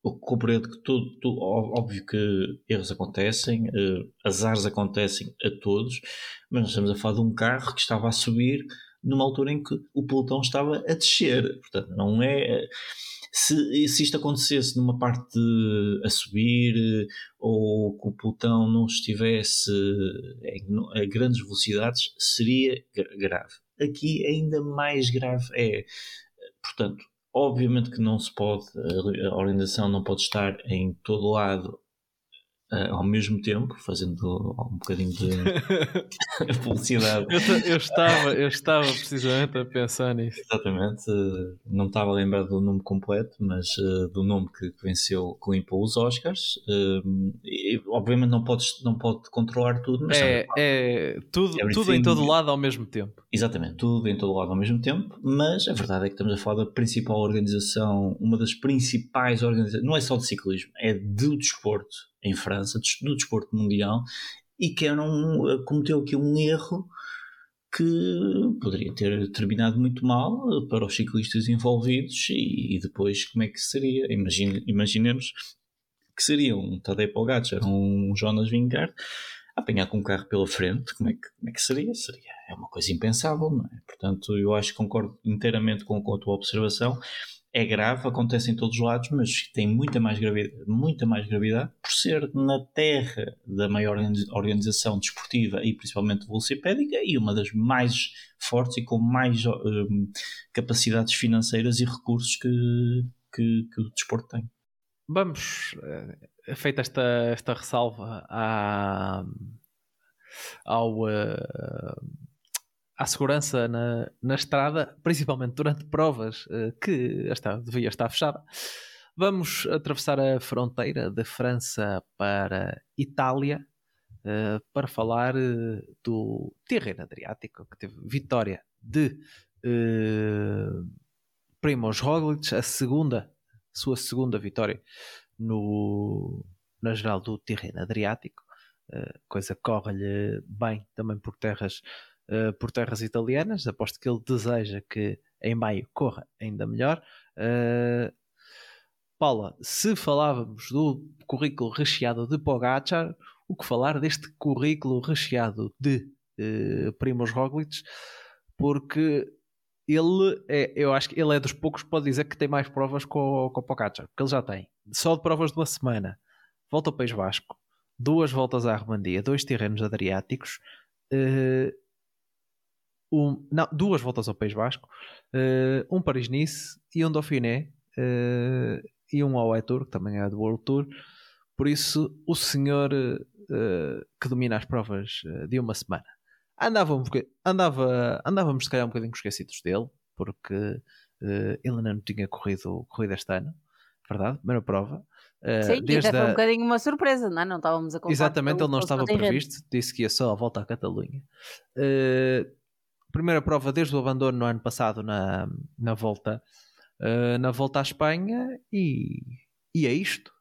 Speaker 3: eu compreendo que óbvio que erros acontecem, azares acontecem a todos, mas nós estamos a falar de um carro que estava a subir numa altura em que o pelotão estava a descer. Portanto, não é... Se isto acontecesse numa parte a subir, ou que o pelotão não estivesse a grandes velocidades, seria grave. Aqui ainda mais grave é, portanto, obviamente que não se pode, a organização não pode estar em todo lado ao mesmo tempo, fazendo um bocadinho de publicidade.
Speaker 2: Eu estava precisamente a pensar nisso.
Speaker 3: Exatamente, não estava a lembrar do nome completo, mas do nome que venceu, que limpou os Oscars. E, obviamente não pode controlar tudo, mas
Speaker 2: tudo em todo lado ao mesmo tempo.
Speaker 3: Exatamente, tudo em todo lado ao mesmo tempo, mas a verdade é que estamos a falar da principal organização, uma das principais organizações, não é só de ciclismo, é do desporto em França, do desporto mundial, e que cometeu aqui um erro que poderia ter terminado muito mal para os ciclistas envolvidos, e depois como é que seria? Imaginemos que seria um Tadej Pogačar, um Jonas Vingegaard a apanhar com um carro pela frente. Como é que seria? É uma coisa impensável, não é? Portanto, eu acho que concordo inteiramente com a tua observação. É grave, acontece em todos os lados, mas tem muita mais gravidade por ser na terra da maior organização desportiva e principalmente velocipédica, e uma das mais fortes e com mais capacidades financeiras e recursos que o desporto tem.
Speaker 2: Vamos, feita esta ressalva à segurança na estrada, principalmente durante provas que devia estar fechada. Vamos atravessar a fronteira da França para Itália para falar do Tirreno Adriático, que teve vitória de Primož Roglič, sua segunda vitória na geral do Tirreno Adriático. Coisa que corre-lhe bem também por terras italianas. Aposto que ele deseja que em maio corra ainda melhor. Paula, se falávamos do currículo recheado de Pogačar, o que falar deste currículo recheado de Primož Roglič? Porque eu acho que ele é dos poucos que pode dizer que tem mais provas com o Pogačar, porque ele já tem só de provas de uma semana, volta ao País Vasco, 2 voltas à Romandia, 2 Tirrenos Adriáticos, 2 voltas ao País Vasco, um Paris-Nice e um Dauphiné, e um Hawaii Tour, que também é do World Tour. Por isso o senhor que domina as provas de uma semana andávamos se calhar um bocadinho esquecidos dele, porque ele ainda não tinha corrido este ano, verdade? Primeira prova.
Speaker 4: Sim, e até foi um bocadinho uma surpresa, não é? Não estávamos a contar.
Speaker 2: Exatamente, ele não estava previsto, disse que ia só a volta à Catalunha. Primeira prova desde o abandono no ano passado na volta à Espanha, e é isto.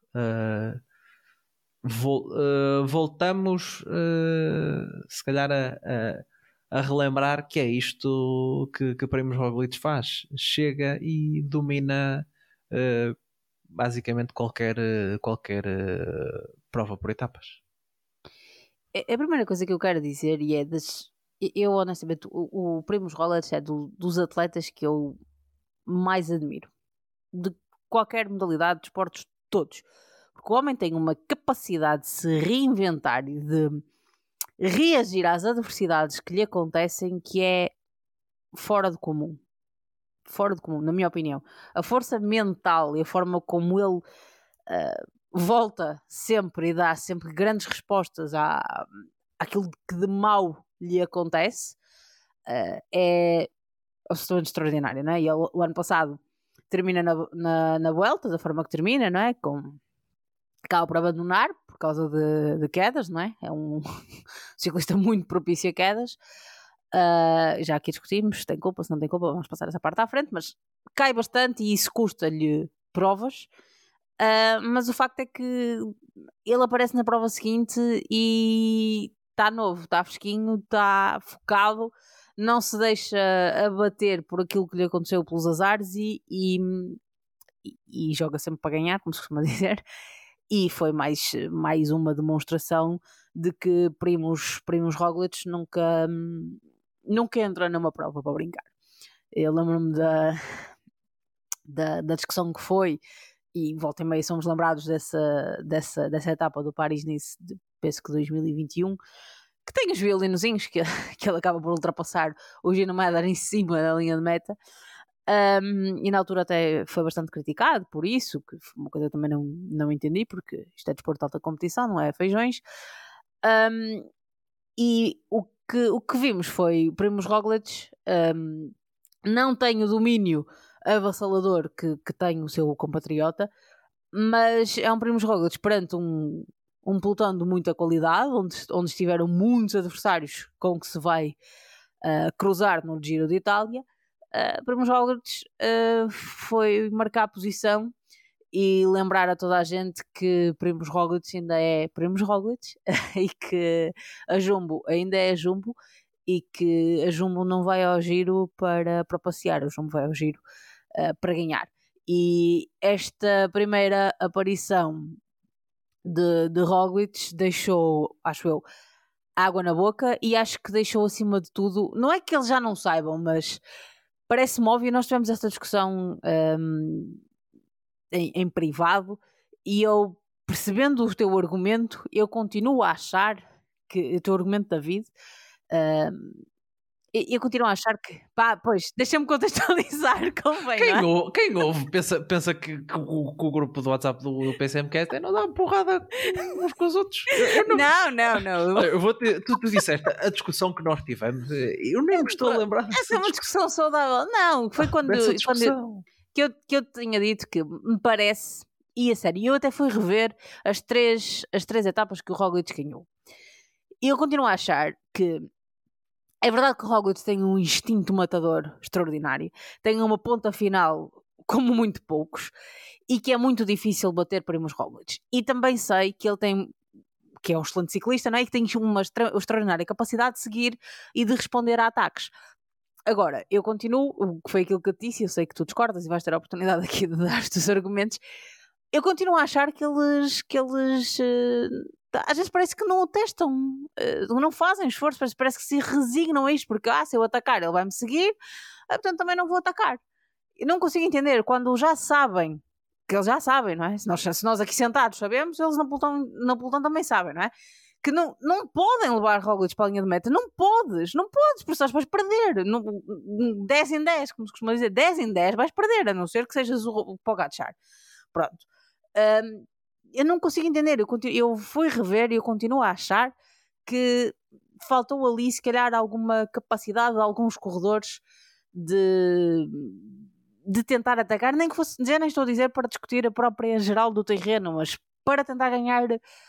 Speaker 2: Voltamos se calhar a relembrar que é isto que Primož Roglič faz. Chega e domina basicamente qualquer prova por etapas.
Speaker 4: A primeira coisa que eu quero dizer, e eu honestamente, o Primož Roglič é dos atletas que eu mais admiro, de qualquer modalidade de esportes todos, porque o homem tem uma capacidade de se reinventar e de reagir às adversidades que lhe acontecem que é fora do comum, na minha opinião. A força mental e a forma como ele volta sempre e dá sempre grandes respostas àquilo que de mau lhe acontece é absolutamente extraordinário, não é? E ele, o ano passado termina na Vuelta da forma que termina, não é? Acaba por abandonar por causa de quedas, não é? É um ciclista muito propício a quedas. Já aqui discutimos se tem culpa, se não tem culpa, vamos passar essa parte à frente, mas cai bastante e isso custa-lhe provas. Mas o facto é que ele aparece na prova seguinte e está novo, está fresquinho, está focado, não se deixa abater por aquilo que lhe aconteceu pelos azares e e joga sempre para ganhar, como se costuma dizer, e foi mais uma demonstração de que Primož Roglič nunca entra numa prova para brincar. Eu lembro-me da discussão que foi, e volta e meia somos lembrados dessa etapa do Paris-Nice, penso que 2021, que tem os violinozinhos que ele acaba por ultrapassar o Gino Mäder em cima da linha de meta. E na altura até foi bastante criticado por isso, que foi uma coisa que eu também não entendi, porque isto é desporto de alta competição, não é feijões. E o que vimos foi Primož Roglič não tem o domínio avassalador que tem o seu compatriota, mas é um Primož Roglič perante um pelotão de muita qualidade, onde estiveram muitos adversários com que se vai cruzar no Giro de Itália. Primož Roglič foi marcar a posição e lembrar a toda a gente que Primož Roglič ainda é Primož Roglič e que a Jumbo ainda é a Jumbo e que a Jumbo não vai ao Giro para passear, a Jumbo vai ao Giro para ganhar. E esta primeira aparição de Roglič deixou, acho eu, água na boca, e acho que deixou acima de tudo, não é que eles já não saibam, mas parece-me óbvio. Nós tivemos esta discussão em privado, e eu, percebendo o teu argumento, eu continuo a achar que o teu argumento, David, eu continuo a achar que, pois, deixa-me contextualizar, convém,
Speaker 2: quem ouve pensa que o grupo do WhatsApp do PCMcast não dá uma porrada uns com os outros.
Speaker 4: Não.
Speaker 2: Tu disseste a discussão que nós tivemos, eu nem me estou a lembrar dessa
Speaker 4: essa é uma discussão saudável. Não, foi quando eu tinha dito que me parece, e a sério, eu até fui rever as três etapas que o Roglič ganhou, e eu continuo a achar que é verdade que o Roglič tem um instinto matador extraordinário, tem uma ponta final como muito poucos, e que é muito difícil bater Primož Roglič. E também sei que ele tem, que é um excelente ciclista, não é? E que tem uma extraordinária capacidade de seguir e de responder a ataques. Agora, eu continuo, que foi aquilo que eu te disse, eu sei que tu discordas e vais ter a oportunidade aqui de dar os teus argumentos. Eu continuo a achar que eles às vezes parece que não o testam, não fazem esforço, parece que se resignam a isto, porque se eu atacar ele vai-me seguir, portanto também não vou atacar. Eu não consigo entender quando já sabem, que eles já sabem, não é? Se nós aqui sentados sabemos, eles na pelotão também sabem, não é? Que não podem levar Roglič para a linha de meta. Não podes, porque estás vais perder. 10 em 10, como se costuma dizer, 10 em 10 vais perder, a não ser que sejas o Pogačar. Pronto. Eu não consigo entender. Eu fui rever e eu continuo a achar que faltou ali, se calhar, alguma capacidade de alguns corredores de tentar atacar, nem que fosse, nem estou a dizer para discutir a própria geral do terreno, mas para tentar ganhar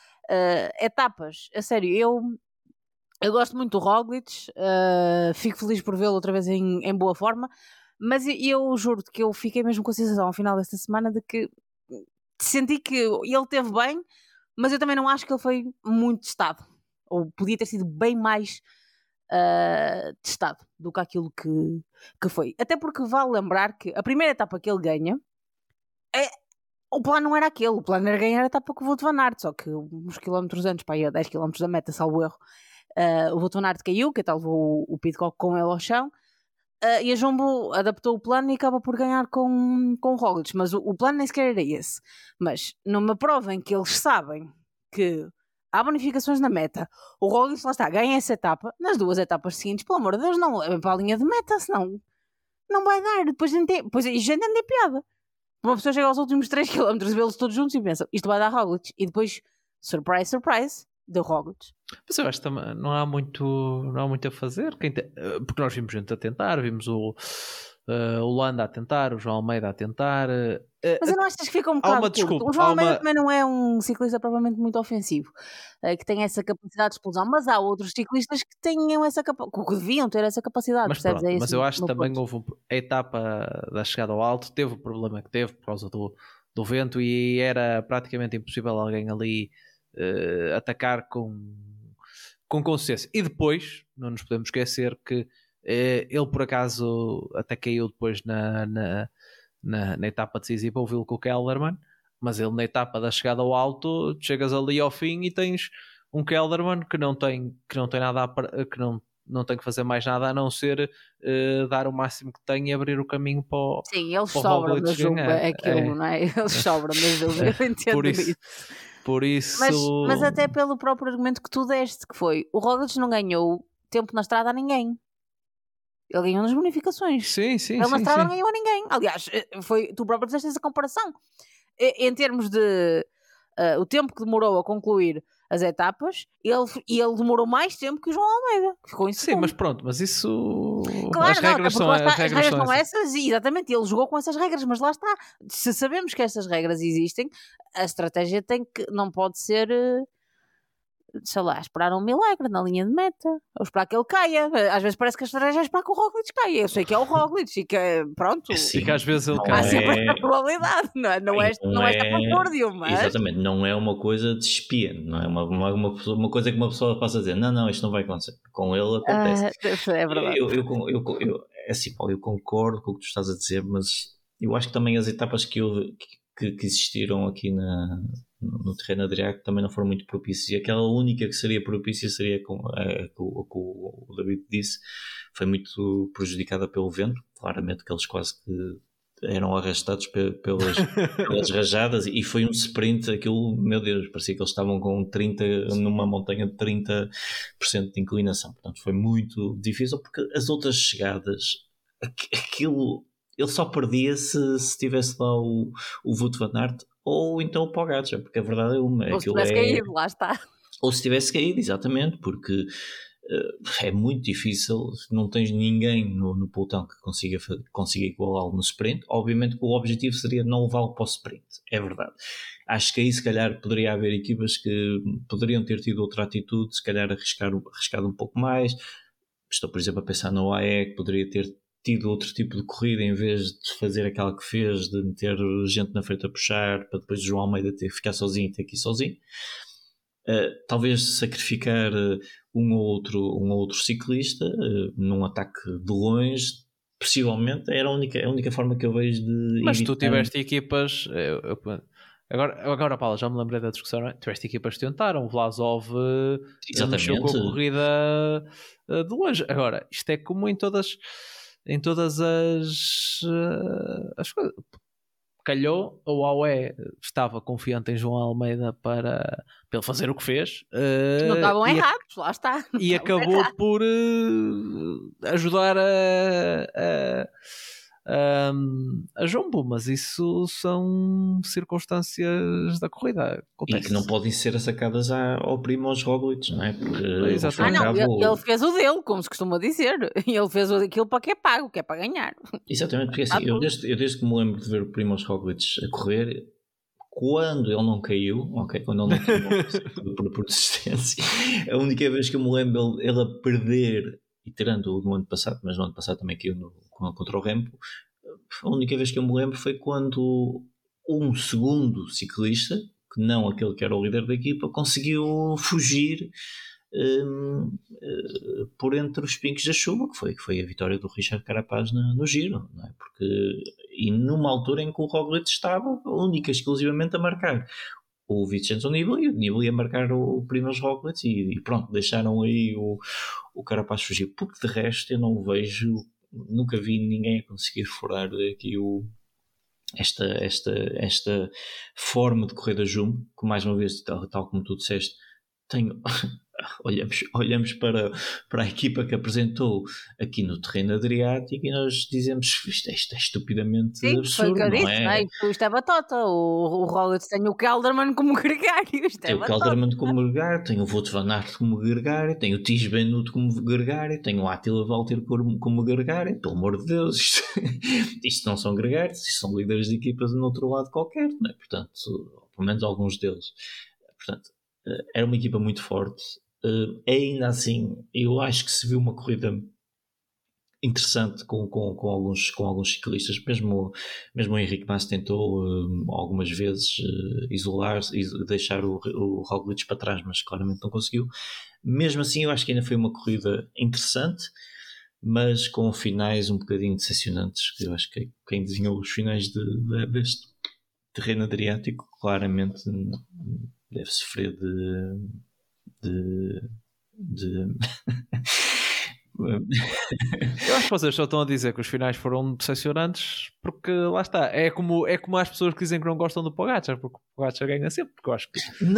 Speaker 4: etapas. A sério, eu gosto muito do Roglič, fico feliz por vê-lo outra vez em boa forma, mas eu juro-te que eu fiquei mesmo com a sensação ao final desta semana de que senti que ele teve bem, mas eu também não acho que ele foi muito testado, ou podia ter sido bem mais testado do que aquilo que foi. Até porque vale lembrar que a primeira etapa que ele ganha, o plano não era aquele, o plano era ganhar a etapa com o Wout van Aert, só que uns quilómetros antes, para ir a 10 km da meta, salvo erro, o Wout van Aert caiu, que até levou o Pidcock com ele ao chão, e a Jumbo adaptou o plano e acaba por ganhar com o Roglič, mas o plano nem sequer era esse. Mas numa prova em que eles sabem que há bonificações na meta, o Roglič lá está, ganha essa etapa, nas duas etapas seguintes, pelo amor de Deus, não levem para a linha de meta, senão não vai dar, depois já não tem piada. Uma pessoa chega aos últimos 3 km, vê-los todos juntos e pensa, isto vai dar Roglič, e depois, surprise, surprise, deu Roglič.
Speaker 2: Mas eu acho que também não há muito a fazer, porque nós vimos gente a tentar, vimos o Landa a tentar, o João Almeida a tentar.
Speaker 4: Mas eu não acho que fica um bocado curto. O João Almeida também não é um ciclista provavelmente muito ofensivo, que tem essa capacidade de explosão, mas há outros ciclistas que tenham essa capacidade, que deviam ter essa capacidade.
Speaker 2: Mas, pronto, mas eu acho que também houve a etapa da chegada ao alto, teve o problema que teve por causa do vento, e era praticamente impossível alguém ali atacar com consciência. E depois, não nos podemos esquecer que ele por acaso até caiu depois na etapa decisiva, ouvi-lo com o Kelderman, mas ele na etapa da chegada ao alto, chegas ali ao fim e tens um Kelderman que não tem nada que não tem que fazer mais nada a não ser dar o máximo que tem e abrir o caminho para o
Speaker 4: Sim, eles
Speaker 2: para o
Speaker 4: sobram
Speaker 2: Roglic
Speaker 4: da Jumba,
Speaker 2: ganhar.
Speaker 4: aquilo, não é? Eles sobram da Jumba, eu entendo isso.
Speaker 2: Por isso...
Speaker 4: Mas até pelo próprio argumento que tu deste, que foi, o Roglic não ganhou tempo na estrada a ninguém. Ele ganhou nas bonificações.
Speaker 2: Sim,
Speaker 4: Ele na estrada não ganhou a ninguém. Aliás, tu próprio fizeste essa comparação. Em termos de o tempo que demorou a concluir as etapas, ele demorou mais tempo que o João Almeida, que ficou em segundo.
Speaker 2: Sim, mas pronto, mas isso...
Speaker 4: Claro,
Speaker 2: as regras são
Speaker 4: essas, e exatamente, ele jogou com essas regras, mas lá está. Se sabemos que estas regras existem, a estratégia não pode ser... sei lá, esperar um milagre na linha de meta, ou esperar que ele caia. Às vezes parece que a estratégia é esperar que o Roglic caia. Eu sei que é o Roglic e que pronto.
Speaker 2: E que às vezes ele
Speaker 4: Há
Speaker 2: cai.
Speaker 4: sempre essa probabilidade, não é estapafórdio, mas...
Speaker 3: Exatamente, não é uma coisa de espia, não é uma coisa que uma pessoa possa dizer, não, isto não vai acontecer. Com ele acontece.
Speaker 4: É verdade.
Speaker 3: Assim, Paulo, eu concordo com o que tu estás a dizer, mas eu acho que também as etapas que existiram aqui no terreno adriático também não foram muito propícias, e aquela única que seria propícia seria com o David disse, foi muito prejudicada pelo vento, claramente que eles quase que eram arrastados pelas rajadas, e foi um sprint, aquilo, meu Deus, parecia que eles estavam com 30, numa montanha de 30% de inclinação, portanto foi muito difícil, porque as outras chegadas, aquilo, ele só perdia se tivesse lá o Wout van Aert ou então o Pogacar, porque a verdade é uma.
Speaker 4: Ou se tivesse caído, lá está.
Speaker 3: Ou se tivesse caído, exatamente, porque é muito difícil, não tens ninguém no pelotão que consiga igualá-lo no sprint. Obviamente que o objetivo seria não levá-lo para o sprint, é verdade. Acho que aí se calhar poderia haver equipas que poderiam ter tido outra atitude, se calhar arriscado um pouco mais. Estou, por exemplo, a pensar no UAE, que poderia ter tido outro tipo de corrida em vez de fazer aquela que fez, de meter gente na frente a puxar para depois o João Almeida ter que ficar sozinho e ter que ir sozinho. Talvez sacrificar um ou outro ciclista num ataque de longe, possivelmente era a única forma que eu vejo de
Speaker 2: mas
Speaker 3: evitar...
Speaker 2: tu tiveste equipas... Agora, Paulo, já me lembrei da discussão, não é? Tiveste equipas que tentaram, o Vlasov mexeu com a corrida de longe. Agora, isto é como em todas as coisas. Calhou, a UAE estava confiante em João Almeida para ele fazer o que fez.
Speaker 4: Não estavam errados, lá está.
Speaker 2: E acabou por ajudar a Jumbo, mas isso são circunstâncias da corrida. Acontece.
Speaker 3: E que não podem ser sacadas ao Primož Roglic, não é? Porque
Speaker 4: ele fez o dele, como se costuma dizer. Ele fez aquilo para que é pago, que é para ganhar.
Speaker 3: Exatamente, porque assim, eu desde que me lembro de ver o Primož Roglic a correr, quando ele não caiu, quando ele não caiu por desistência, a única vez que eu me lembro ele a perder, e tirando no ano passado, mas no ano passado também caiu contra o Remco, a única vez que eu me lembro foi quando um segundo ciclista, que não aquele que era o líder da equipa, conseguiu fugir por entre os pincos da chuva, que foi a vitória do Richard Carapaz no Giro, não é? E numa altura em que o Roglic estava única exclusivamente a marcar o Vincenzo Nibali, e o Nibali a marcar o Primož Roglic, e pronto, deixaram aí o Carapaz fugir, porque de resto eu não vejo, nunca vi ninguém a conseguir furar aqui esta forma de correr da Jumbo, que mais uma vez, tal como tu disseste, olhamos para a equipa que apresentou aqui no terreno adriático e nós dizemos isto é estupidamente absurdo,
Speaker 4: foi o que eu
Speaker 3: não
Speaker 4: disse,
Speaker 3: é?
Speaker 4: Isto é batota. O Roglic tem o Kelderman como gregário.
Speaker 3: Tem o Kelderman como gregário, tem o Wout van Aert como gregário, tem o Tiesj Benoot como gregário, tem o Attila Valter como gregário. Pelo amor de Deus, isto não são gregários, isto são líderes de equipas no outro lado qualquer, não é? Portanto, pelo menos alguns deles. Portanto, era uma equipa muito forte. Ainda assim, eu acho que se viu uma corrida interessante com alguns ciclistas. Mesmo o Henrique Mas tentou algumas vezes isolar-se e deixar o Roglic para trás, mas claramente não conseguiu. Mesmo assim, eu acho que ainda foi uma corrida interessante. mas com finais um bocadinho decepcionantes, que eu acho que quem desenhou os finais deste terreno Adriático claramente deve sofrer de
Speaker 2: Eu acho que vocês só estão a dizer que os finais foram decepcionantes porque lá está, é como as pessoas que dizem que não gostam do Pogacar, porque o Pogacar ganha sempre, porque eu acho que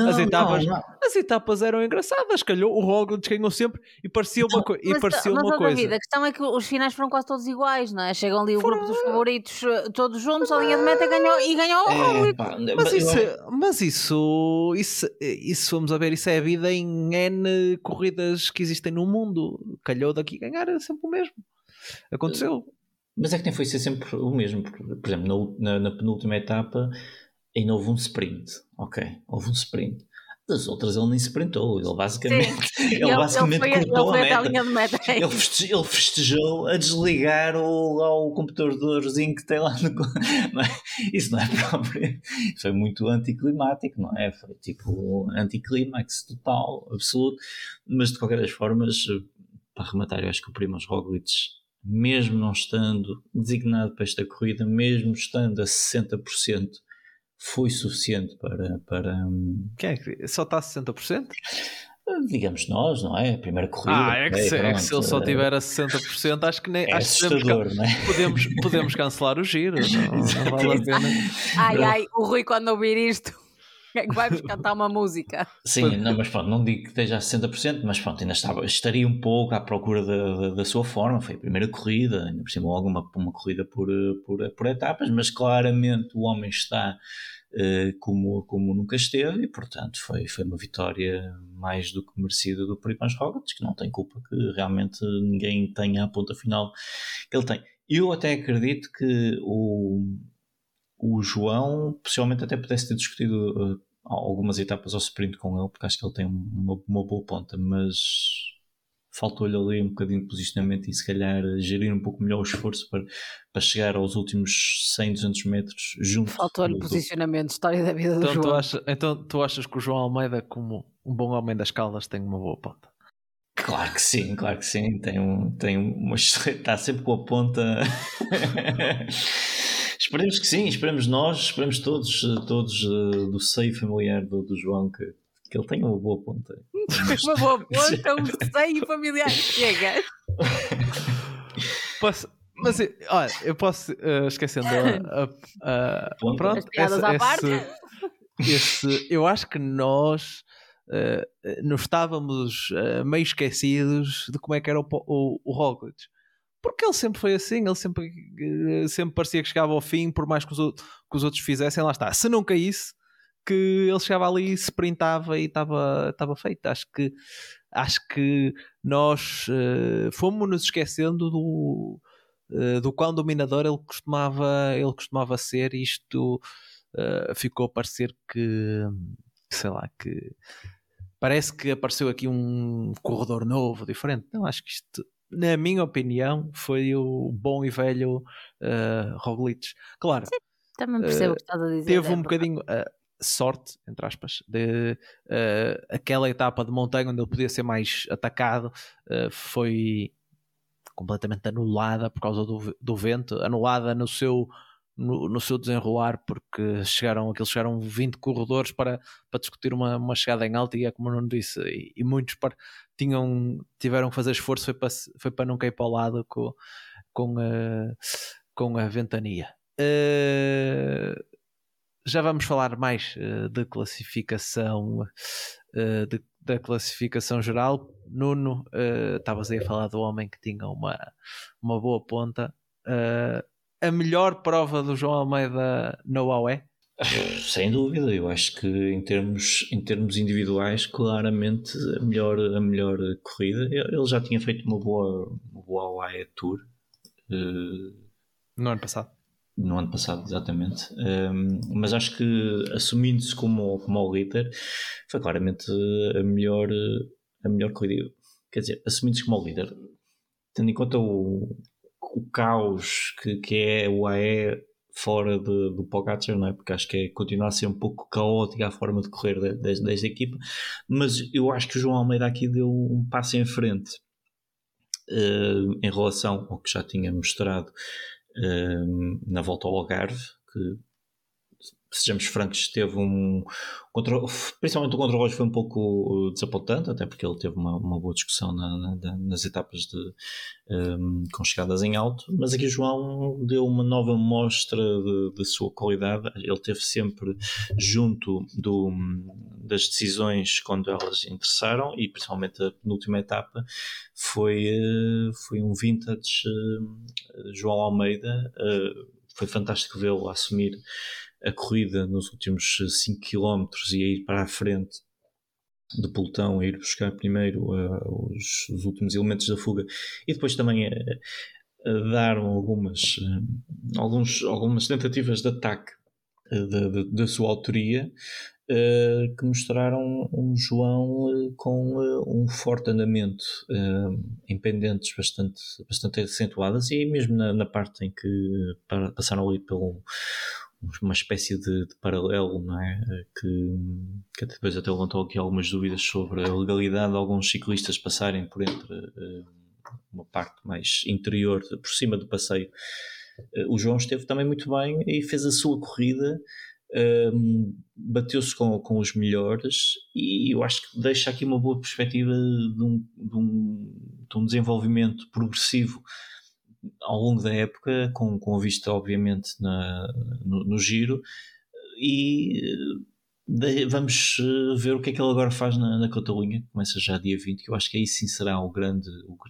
Speaker 2: as etapas eram engraçadas, calhou, o Roglic ganhou sempre e parecia uma coisa.
Speaker 4: A questão é que os finais foram quase todos iguais, não é? Chegam ali o grupo dos favoritos todos juntos, a linha de meta ganhou o Roglic.
Speaker 2: Mas isso vamos a ver, isso é a vida em N corridas que existem no mundo. Calhou daqui ganhar sempre o mesmo. Aconteceu.
Speaker 3: Mas é que nem foi ser sempre o mesmo. Por exemplo, na penúltima etapa ainda houve um sprint. Ok, houve um sprint. Das outras ele nem sprintou. Ele basicamente cortou a meta.
Speaker 4: Linha de meta.
Speaker 3: Ele festejou a desligar o computadorzinho que tem lá no... Isso não é próprio. Foi muito anticlimático, não é? Foi tipo anticlímax total, absoluto. Mas de qualquer das formas, para arrematar, eu acho que o Primož Roglic, mesmo não estando designado para esta corrida, mesmo estando a 60%, foi suficiente para...
Speaker 2: Quem é que só está a 60%?
Speaker 3: Digamos nós, não é? A primeira corrida.
Speaker 2: É que se ele só tiver a 60%, acho que nem...
Speaker 3: É assustador, não é?
Speaker 2: Podemos cancelar o giro. Não vale a pena.
Speaker 4: Ai, o Rui quando ouvir isto é que vai-vos cantar uma música.
Speaker 3: Sim, não, mas pronto, não digo que esteja a 60%, mas pronto, ainda estaria um pouco à procura da sua forma. Foi a primeira corrida, ainda por cima logo uma corrida por etapas, mas claramente o homem está como nunca esteve e, portanto, foi uma vitória mais do que merecida do Primož Roglic, que não tem culpa que realmente ninguém tenha a ponta final que ele tem. Eu até acredito que o João possivelmente até pudesse ter discutido algumas etapas ao sprint com ele, porque acho que ele tem uma boa ponta, mas faltou-lhe ali um bocadinho de posicionamento e se calhar gerir um pouco melhor o esforço para chegar aos últimos 100, 200 metros junto.
Speaker 4: Faltou-lhe posicionamento, história da vida do João.
Speaker 2: Então tu achas que o João Almeida, como um bom homem das Caldas, tem uma boa ponta?
Speaker 3: Claro que sim, tem uma está sempre com a ponta. Esperemos que sim, esperemos todos do seio familiar do João que ele tenha uma boa ponta.
Speaker 4: Uma boa ponta, um seio familiar. Chega.
Speaker 2: Mas olha, eu posso esquecendo pronto,
Speaker 4: as piadas à parte.
Speaker 2: Eu acho que nós não estávamos meio esquecidos de como é que era o Roglic. Porque ele sempre foi assim, ele sempre parecia que chegava ao fim, por mais que os outros fizessem, lá está. Se não caísse, que ele chegava ali, sprintava e estava feito. Acho que nós fomos nos esquecendo do quão dominador ele costumava ser, e isto ficou a parecer que, sei lá, que parece que apareceu aqui um corredor novo, diferente. Não, acho que isto, na minha opinião, foi o bom e velho Roglic. Claro,
Speaker 4: sim, também percebo o que estás a dizer.
Speaker 2: Teve um bocadinho sorte, entre aspas, de aquela etapa de montanha onde ele podia ser mais atacado, foi completamente anulada por causa do vento, anulada no seu desenrolar, porque chegaram 20 corredores para discutir uma chegada em alta, e é como eu não disse, e muitos tiveram que fazer esforço, foi para não cair para o lado com a ventania. Já vamos falar mais de classificação, da classificação geral. Nuno, estavas aí a falar do homem que tinha uma boa ponta. A melhor prova do João Almeida na UAE?
Speaker 3: Sem dúvida, eu acho que em termos individuais, claramente a melhor corrida. Ele já tinha feito uma boa UAE Tour
Speaker 2: no ano passado.
Speaker 3: No ano passado, exatamente. Mas acho que, assumindo-se como o líder, foi claramente a melhor corrida. Quer dizer, assumindo-se como o líder, tendo em conta o caos que é o AE fora do Pogacar, não é? Porque acho que continua a ser um pouco caótica a forma de correr desta equipa, mas eu acho que o João Almeida aqui deu um passo em frente em relação ao que já tinha mostrado na volta ao Algarve, que, sejamos francos, teve principalmente o contra-relógio foi um pouco desapontante, até porque ele teve uma boa discussão nas etapas com chegadas em alto, mas aqui o João deu uma nova mostra de sua qualidade. Ele esteve sempre junto das decisões quando elas interessaram, e principalmente a penúltima etapa foi um vintage João Almeida. Foi fantástico vê-lo assumir a corrida nos últimos 5 km e a ir para a frente do pelotão, a ir buscar primeiro os últimos elementos da fuga, e depois também a dar algumas tentativas de ataque da sua autoria, que mostraram um João com um forte andamento, em pendentes bastante acentuadas, e mesmo na parte em que passaram ali pelo uma espécie de paralelo, não é? Que depois até levantou aqui algumas dúvidas sobre a legalidade de alguns ciclistas passarem por entre uma parte mais interior, por cima do passeio. O João esteve também muito bem e fez a sua corrida, bateu-se com os melhores, e eu acho que deixa aqui uma boa perspectiva de um desenvolvimento progressivo ao longo da época, com a vista obviamente no Giro, e vamos ver o que é que ele agora faz na Catalunha. Começa já dia 20, que eu acho que aí sim será o grande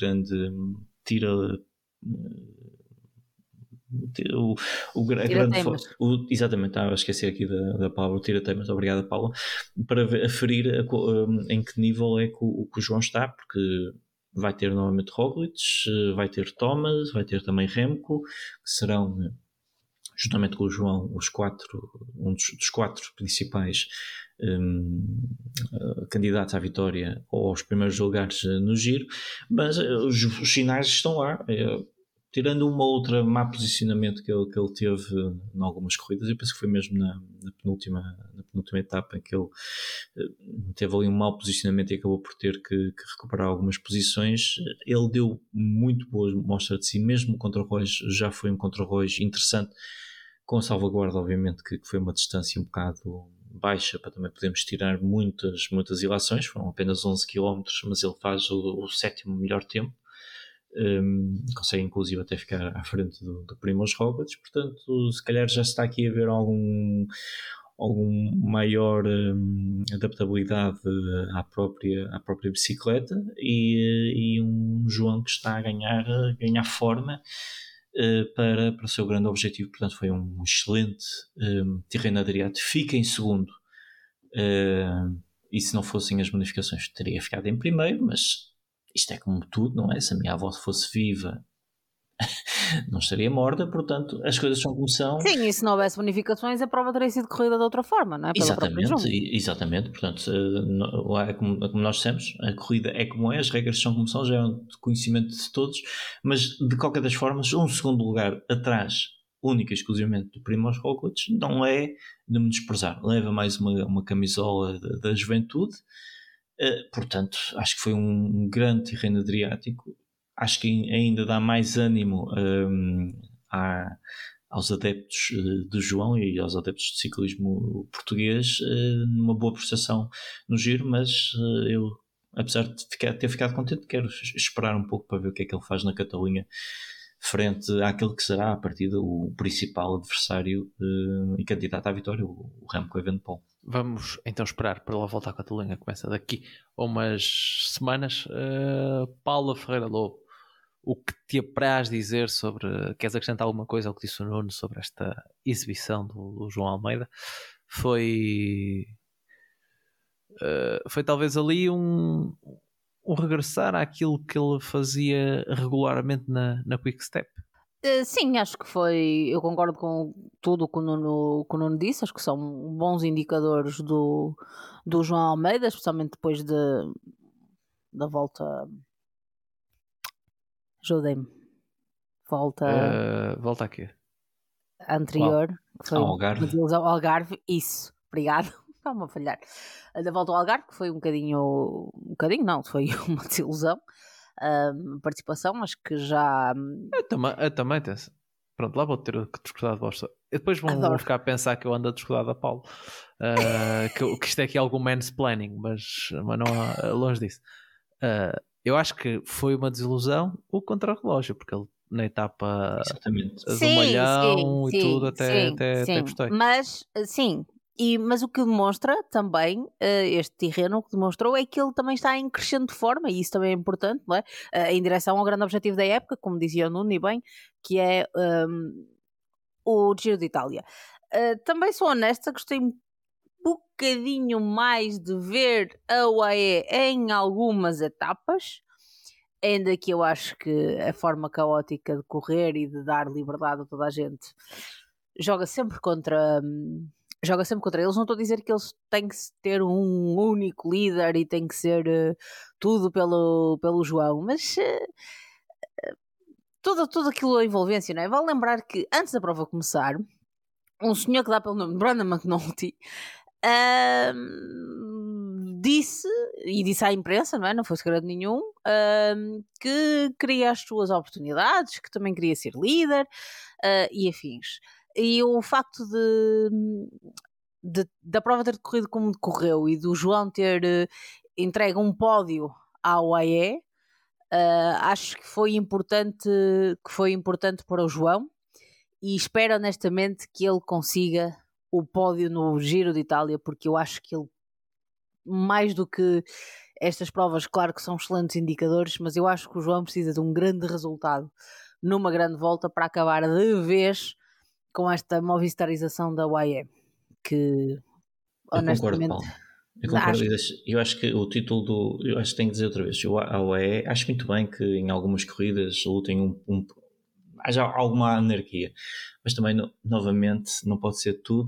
Speaker 3: exatamente, estava a esquecer aqui da palavra tira-teimas. Obrigado, Paula, para aferir em que nível é que o João está, porque vai ter novamente Roglic, vai ter Thomas, vai ter também Remco, que serão, juntamente com o João, dos quatro principais candidatos à vitória ou aos primeiros lugares no Giro. Mas os sinais estão lá. Tirando uma outra má posicionamento que ele teve em algumas corridas, eu penso que foi mesmo na penúltima etapa, em que ele teve ali um mau posicionamento e acabou por ter que recuperar algumas posições. Ele deu muito boa mostra de si, mesmo o contra-relógio já foi um contra-relógio interessante, com a salvaguarda obviamente que foi uma distância um bocado baixa para também podermos tirar muitas ilações. Foram apenas 11 km, mas ele faz o sétimo melhor tempo. Consegue inclusive até ficar à frente do Primož Roglic. Portanto, se calhar já está aqui a ver algum maior adaptabilidade à própria bicicleta, e um João que está a ganhar forma para o seu grande objetivo. Portanto, foi um excelente Tirreno Adriato. Fica em segundo, e se não fossem as bonificações teria ficado em primeiro, mas isto é como tudo, não é? Se a minha avó fosse viva, não estaria morta. Portanto, as coisas são como são.
Speaker 4: Sim, e se não houvesse bonificações, a prova teria sido corrida de outra forma, não é?
Speaker 3: Exatamente. Portanto, como nós dissemos, a corrida é como é, as regras são como são, já é de conhecimento de todos, mas de qualquer das formas, um segundo lugar atrás, única e exclusivamente do Primož Roglic, não é de me desprezar. Leva mais uma camisola da juventude. Portanto, acho que foi um grande Tirreno Adriático. Acho que ainda dá mais ânimo aos adeptos do João e aos adeptos de ciclismo português, numa boa prestação no Giro. Mas eu, apesar de ter ficado contente, quero esperar um pouco para ver o que é que ele faz na Catalunha, frente àquele que será a partida o principal adversário e candidato à vitória, o Remco Evenepoel.
Speaker 2: Vamos então esperar para ela voltar à Catalunha, começa daqui a umas semanas. Paula Ferreira Lobo, o que te apraz dizer sobre... Queres acrescentar alguma coisa ao que disse o Nuno sobre esta exibição do João Almeida? Foi talvez ali um regressar àquilo que ele fazia regularmente na Quick Step.
Speaker 4: Sim, acho que foi. Eu concordo com tudo o que o Nuno disse. Acho que são bons indicadores do João Almeida, especialmente depois da volta. Ajudem-me.
Speaker 2: Volta aqui.
Speaker 4: Anterior, que foi
Speaker 3: Algarve.
Speaker 4: Ao Algarve, isso. Obrigado. Está-me a falhar. Da volta ao Algarve, que foi um bocadinho não, foi uma desilusão. participação. Acho que já...
Speaker 2: Eu também tenho. Pronto, lá vou ter que discordar de vós. E depois vão ficar a pensar que eu ando a discordar da Paulo. Que isto é aqui algum mansplaining, mas não há longe disso. Eu acho que foi uma desilusão o contra-relógio, porque ele na etapa do Malhão e tudo até gostei.
Speaker 4: Mas, sim, mas o que demonstra também, este terreno, o que demonstrou é que ele também está em crescente forma, e isso também é importante, não é? Em direção ao grande objetivo da época, como dizia o Nuno e bem, que é o Giro de Itália. Também sou honesta, gostei um bocadinho mais de ver a UAE em algumas etapas, ainda que eu acho que a forma caótica de correr e de dar liberdade a toda a gente joga sempre contra eles. Não estou a dizer que eles têm que ter um único líder e tem que ser tudo pelo João, mas tudo aquilo a envolvência, não é? Vale lembrar que antes da prova começar, um senhor que dá pelo nome de Brandon McNulty disse à imprensa, não é? Não foi segredo nenhum, que queria as suas oportunidades, que também queria ser líder e afins. E o facto da prova ter decorrido como decorreu e do João ter entregue um pódio à UAE, acho que foi importante para o João, e espero honestamente que ele consiga o pódio no Giro de Itália, porque eu acho que ele, mais do que estas provas, claro que são excelentes indicadores, mas eu acho que o João precisa de um grande resultado numa grande volta para acabar de vez com esta movistarização da UAE, que honestamente...
Speaker 3: Eu concordo. Eu acho que o título eu acho que tenho que dizer outra vez, a UAE, acho muito bem que em algumas corridas lutem haja alguma anarquia, mas também novamente não pode ser tudo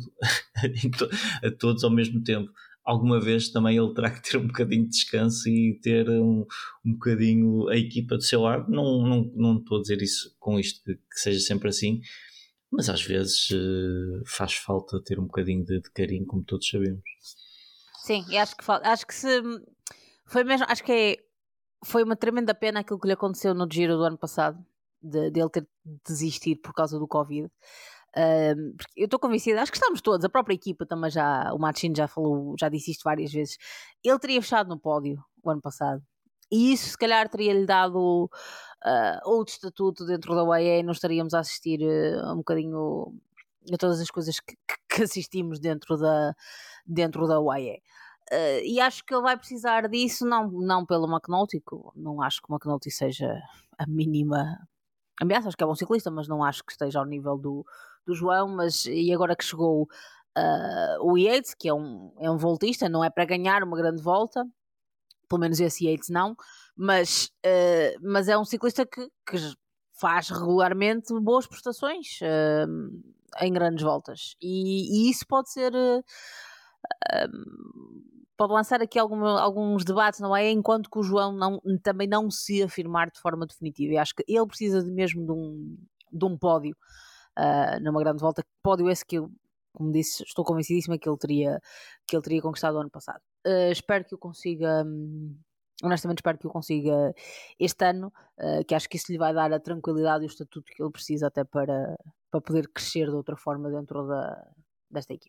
Speaker 3: a todos ao mesmo tempo. Alguma vez também ele terá que ter um bocadinho de descanso e ter um bocadinho a equipa do seu lado. Não estou a dizer isso com isto que seja sempre assim, mas às vezes faz falta ter um bocadinho de carinho, como todos sabemos.
Speaker 4: Sim, e acho que se foi mesmo, acho que foi uma tremenda pena aquilo que lhe aconteceu no Giro do ano passado, de ele ter desistido por causa do Covid. Porque eu estou convencida, acho que estamos todos, a própria equipa também o Martin já disse isto várias vezes. Ele teria fechado no pódio o ano passado, e isso se calhar teria-lhe dado outro estatuto dentro da UAE, e não estaríamos a assistir um bocadinho a todas as coisas que assistimos dentro da UAE. E acho que ele vai precisar disso, não pelo McNulty, não acho que o McNulty seja a mínima ameaça, acho que é bom ciclista, mas não acho que esteja ao nível do João. E agora que chegou o Yates, que é um voltista, não é para ganhar uma grande volta, pelo menos esse Yates não, mas é um ciclista que faz regularmente boas prestações em grandes voltas, e isso pode ser pode lançar aqui alguns debates, não é? Enquanto que o João também não se afirmar de forma definitiva. E acho que ele precisa mesmo de um pódio numa grande volta. Pódio esse que eu, como disse, estou convencidíssima que ele teria conquistado o ano passado. Espero que o consiga, honestamente espero que o consiga este ano, que acho que isso lhe vai dar a tranquilidade e o estatuto que ele precisa até para poder crescer de outra forma dentro desta equipe.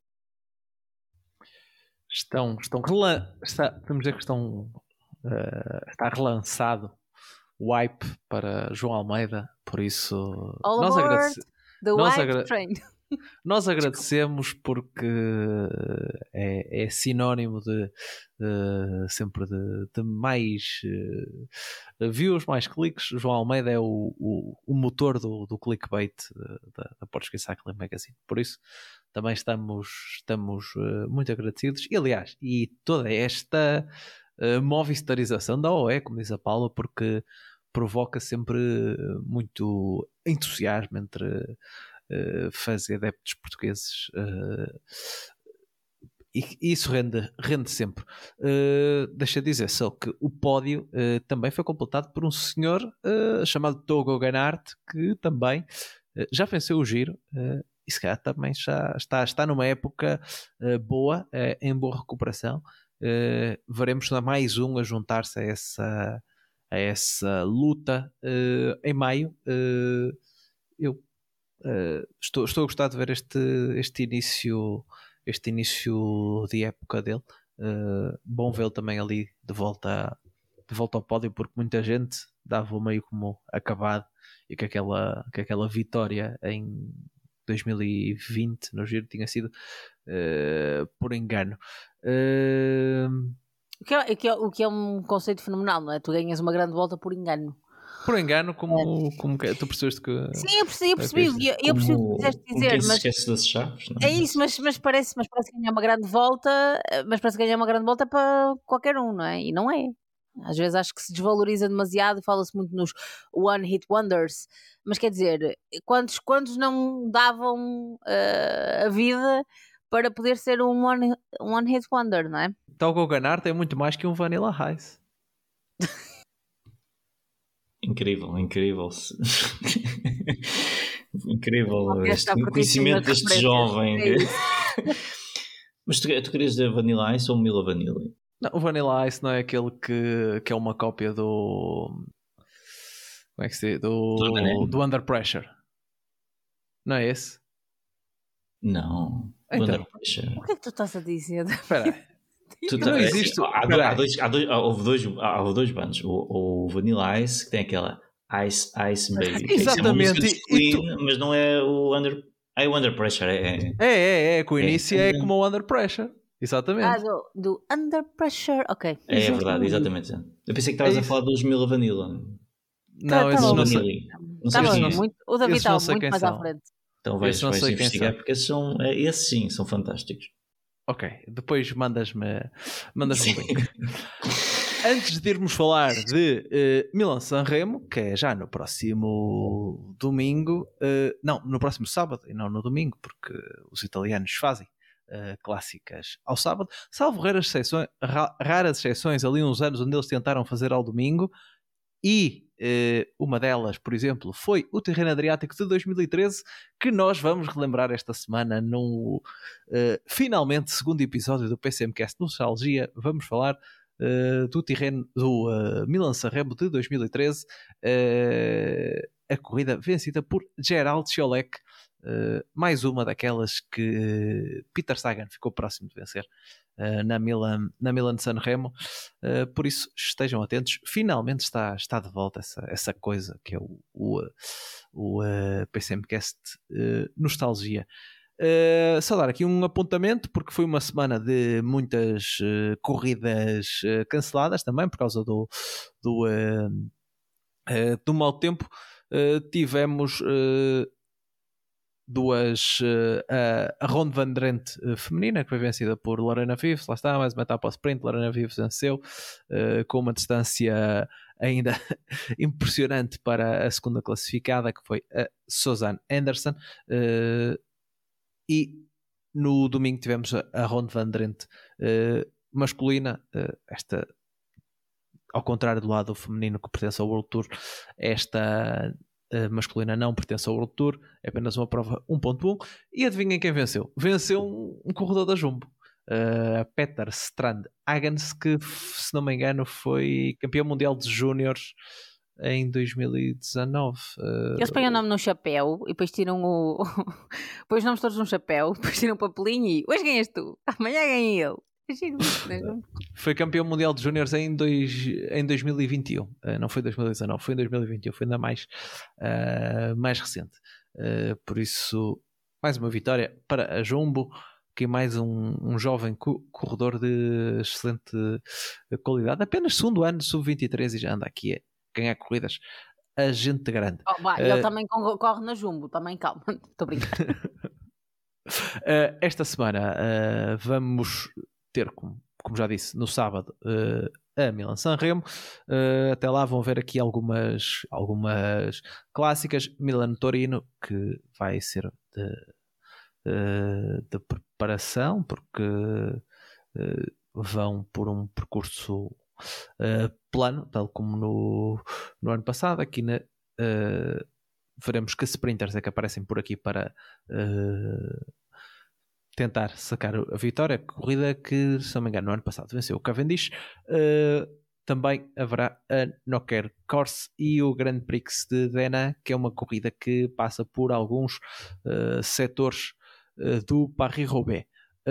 Speaker 2: Vamos dizer que está relançado o hype para João Almeida, por isso nós agradecemos, porque é sinónimo de sempre de mais views, mais cliques. João Almeida é o motor do clickbait da Portuguese Cycling Magazine, por isso também estamos muito agradecidos. E aliás, toda esta movistarização da OE, como diz a Paula, porque provoca sempre muito entusiasmo entre fãs e adeptos portugueses, e isso rende sempre. Deixa eu dizer só que o pódio também foi completado por um senhor chamado Togo Ganart, que também já venceu o Giro, e se calhar também já está numa época boa, em boa recuperação. Veremos mais um a juntar-se a essa luta em maio. Eu estou a gostar de ver este início de época dele. Bom vê-lo também ali de volta ao pódio, porque muita gente dava-o meio como acabado e que aquela vitória em 2020 no Giro tinha sido por engano.
Speaker 4: O que é um conceito fenomenal, não é? Tu ganhas uma grande volta por engano.
Speaker 2: Por engano, como que tu percebeste que...
Speaker 4: Sim, eu percebi o que quiseste dizer,
Speaker 3: quem se
Speaker 4: mas
Speaker 3: esquece das chaves, não
Speaker 4: é isso, mas parece ganhar uma grande volta, mas parece ganhar uma grande volta para qualquer um, não é? E não é. Às vezes acho que se desvaloriza demasiado e fala-se muito nos one hit wonders, mas quer dizer, quantos não davam a vida para poder ser um one hit wonder, não é?
Speaker 2: Tal Goganar tem muito mais que um Vanilla Ice.
Speaker 3: Incrível. Incrível o conhecimento deste jovem. Mas tu querias dizer Vanilla Ice ou Mila Vanilla?
Speaker 2: Não, o Vanilla Ice não é aquele que é uma cópia do... Como é que se diz? Do Under Pressure. Não é esse?
Speaker 3: Não.
Speaker 2: Então,
Speaker 3: Under Pressure.
Speaker 4: O que é que tu estás a dizer?
Speaker 2: Espera aí. Não existe.
Speaker 3: Há dois bandos. O Vanilla Ice, que tem aquela Ice Baby.
Speaker 2: Exatamente.
Speaker 3: Mas não é o Under... É o Under Pressure.
Speaker 2: É, que o início é como o Under Pressure. Exatamente.
Speaker 4: Do Under Pressure, ok.
Speaker 3: É verdade, exatamente. Eu pensei que estavas a falar dos Mila Vanilla.
Speaker 2: Não, esses não sei.
Speaker 4: O David estava muito mais à frente.
Speaker 3: Então vais investigar, porque esses sim, são fantásticos.
Speaker 2: Ok, depois mandas-me um link. Antes de irmos falar de Milan-San Remo, que é já no próximo domingo, não, no próximo sábado e não no domingo, porque os italianos fazem clássicas ao sábado, salvo raras exceções ali uns anos onde eles tentaram fazer ao domingo, e uma delas, por exemplo, foi o Tirreno Adriático de 2013, que nós vamos relembrar esta semana no finalmente segundo episódio do PCMcast Nostalgia. Vamos falar do Milan-San Remo de 2013, a corrida vencida por Gerald Ciolek, mais uma daquelas que Peter Sagan ficou próximo de vencer na Milan-San Remo. Por isso estejam atentos, finalmente está de volta essa coisa que é o PCMcast Nostalgia. Só dar aqui um apontamento, porque foi uma semana de muitas corridas canceladas também por causa do mau tempo. Tivemos duas, a Ronde van Drenthe feminina, que foi vencida por Lorena Vives, lá está, mais uma etapa ao sprint. Lorena Vives venceu com uma distância ainda impressionante para a segunda classificada, que foi a Suzanne Anderson. E no domingo tivemos a Ronde van Drenthe masculina, esta, ao contrário do lado feminino que pertence ao World Tour, esta masculina não pertence ao World Tour, é apenas uma prova 1.1. E adivinhem quem venceu? Venceu um corredor da Jumbo, Peter Strand Hagens, que, se não me engano, foi campeão mundial de júniores em 2019.
Speaker 4: Eles põem o nome no chapéu e depois tiram põem os nomes todos no chapéu, depois tiram um papelinho e hoje ganhas tu, amanhã ganha ele.
Speaker 2: Foi campeão mundial de júniores em 2021. Não foi 2019, foi em 2021. Foi ainda mais recente. Por isso, mais uma vitória para a Jumbo, que é mais um jovem corredor de excelente qualidade. Apenas segundo ano, sub-23, e já anda aqui a ganhar corridas a gente grande.
Speaker 4: Ele também corre na Jumbo, também calma, estou a brincar.
Speaker 2: Esta semana vamos ter, como já disse, no sábado a Milan-San Remo. Até lá vão ver aqui algumas clássicas. Milan-Torino, que vai ser de preparação, porque vão por um percurso plano, tal como no ano passado. Aqui veremos que sprinters é que aparecem por aqui para tentar sacar a vitória. Corrida que, se não me engano, no ano passado venceu o Cavendish. também haverá a Noker Corse e o Grand Prix de Denain, que é uma corrida que passa por alguns setores do Paris-Roubaix.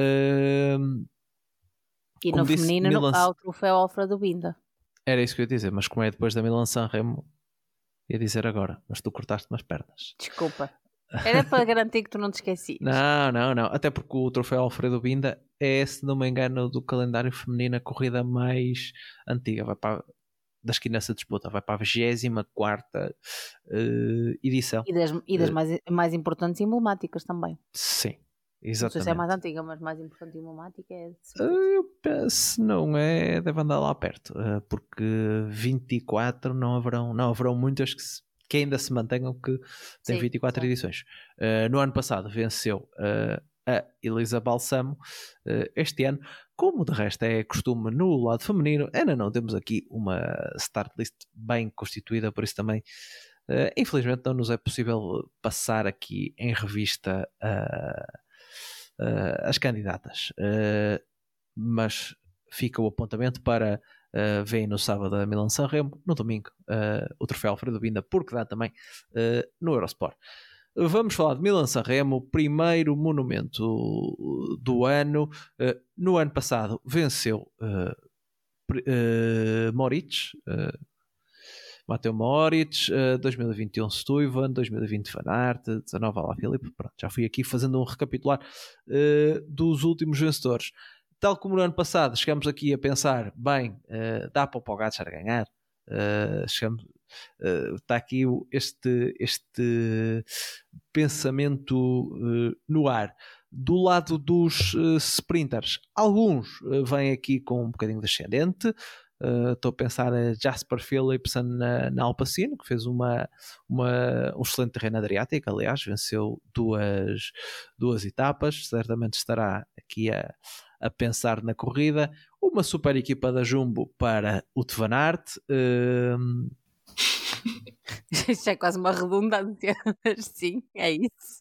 Speaker 4: E no feminino há o troféu Alfredo Binda.
Speaker 2: Era isso que eu ia dizer, mas como é depois da Milan-San Remo, ia dizer agora, mas tu cortaste-me as pernas.
Speaker 4: Desculpa. Era para garantir que tu não te esquecias.
Speaker 2: Não. Até porque o troféu Alfredo Binda é, se não me engano, do calendário feminino a corrida mais antiga. Vai para, da esquina nessa disputa. Vai para a 24ª edição.
Speaker 4: E das mais importantes e emblemáticas também.
Speaker 2: Sim, exatamente.
Speaker 4: Não sei se é mais antiga, mas mais importante e emblemática é...
Speaker 2: Eu penso, não é, deve andar lá perto. Porque 24 não haverão muitas que ainda se mantenham, que têm 24 edições. No ano passado venceu a Elisa Balsamo. Este ano, como de resto é costume no lado feminino, ainda não temos aqui uma start list bem constituída, por isso também infelizmente não nos é possível passar aqui em revista as candidatas. Mas fica o apontamento para vem no sábado a Milan-San Remo, no domingo o troféu Alfredo Binda, porque dá também no Eurosport. Vamos falar de Milan-San Remo, primeiro monumento do ano. No ano passado venceu Moritz, Mateu Moritz, 2021 Stuyven, 2020 Van Aert, 19 Alaphilippe. Pronto, já fui aqui fazendo um recapitular dos últimos vencedores. Tal como no ano passado, chegamos aqui a pensar, bem, dá para o Pogačar ganhar? Está aqui este pensamento no ar. Do lado dos sprinters, alguns vêm aqui com um bocadinho descendente. Estou a pensar a Jasper Philipsen na Alpecin, que fez um excelente terreno Adriático, aliás, venceu duas etapas, certamente estará aqui a pensar na corrida. Uma super equipa da Jumbo para o Van Aert.
Speaker 4: Isto é quase uma redundância, mas sim, é isso.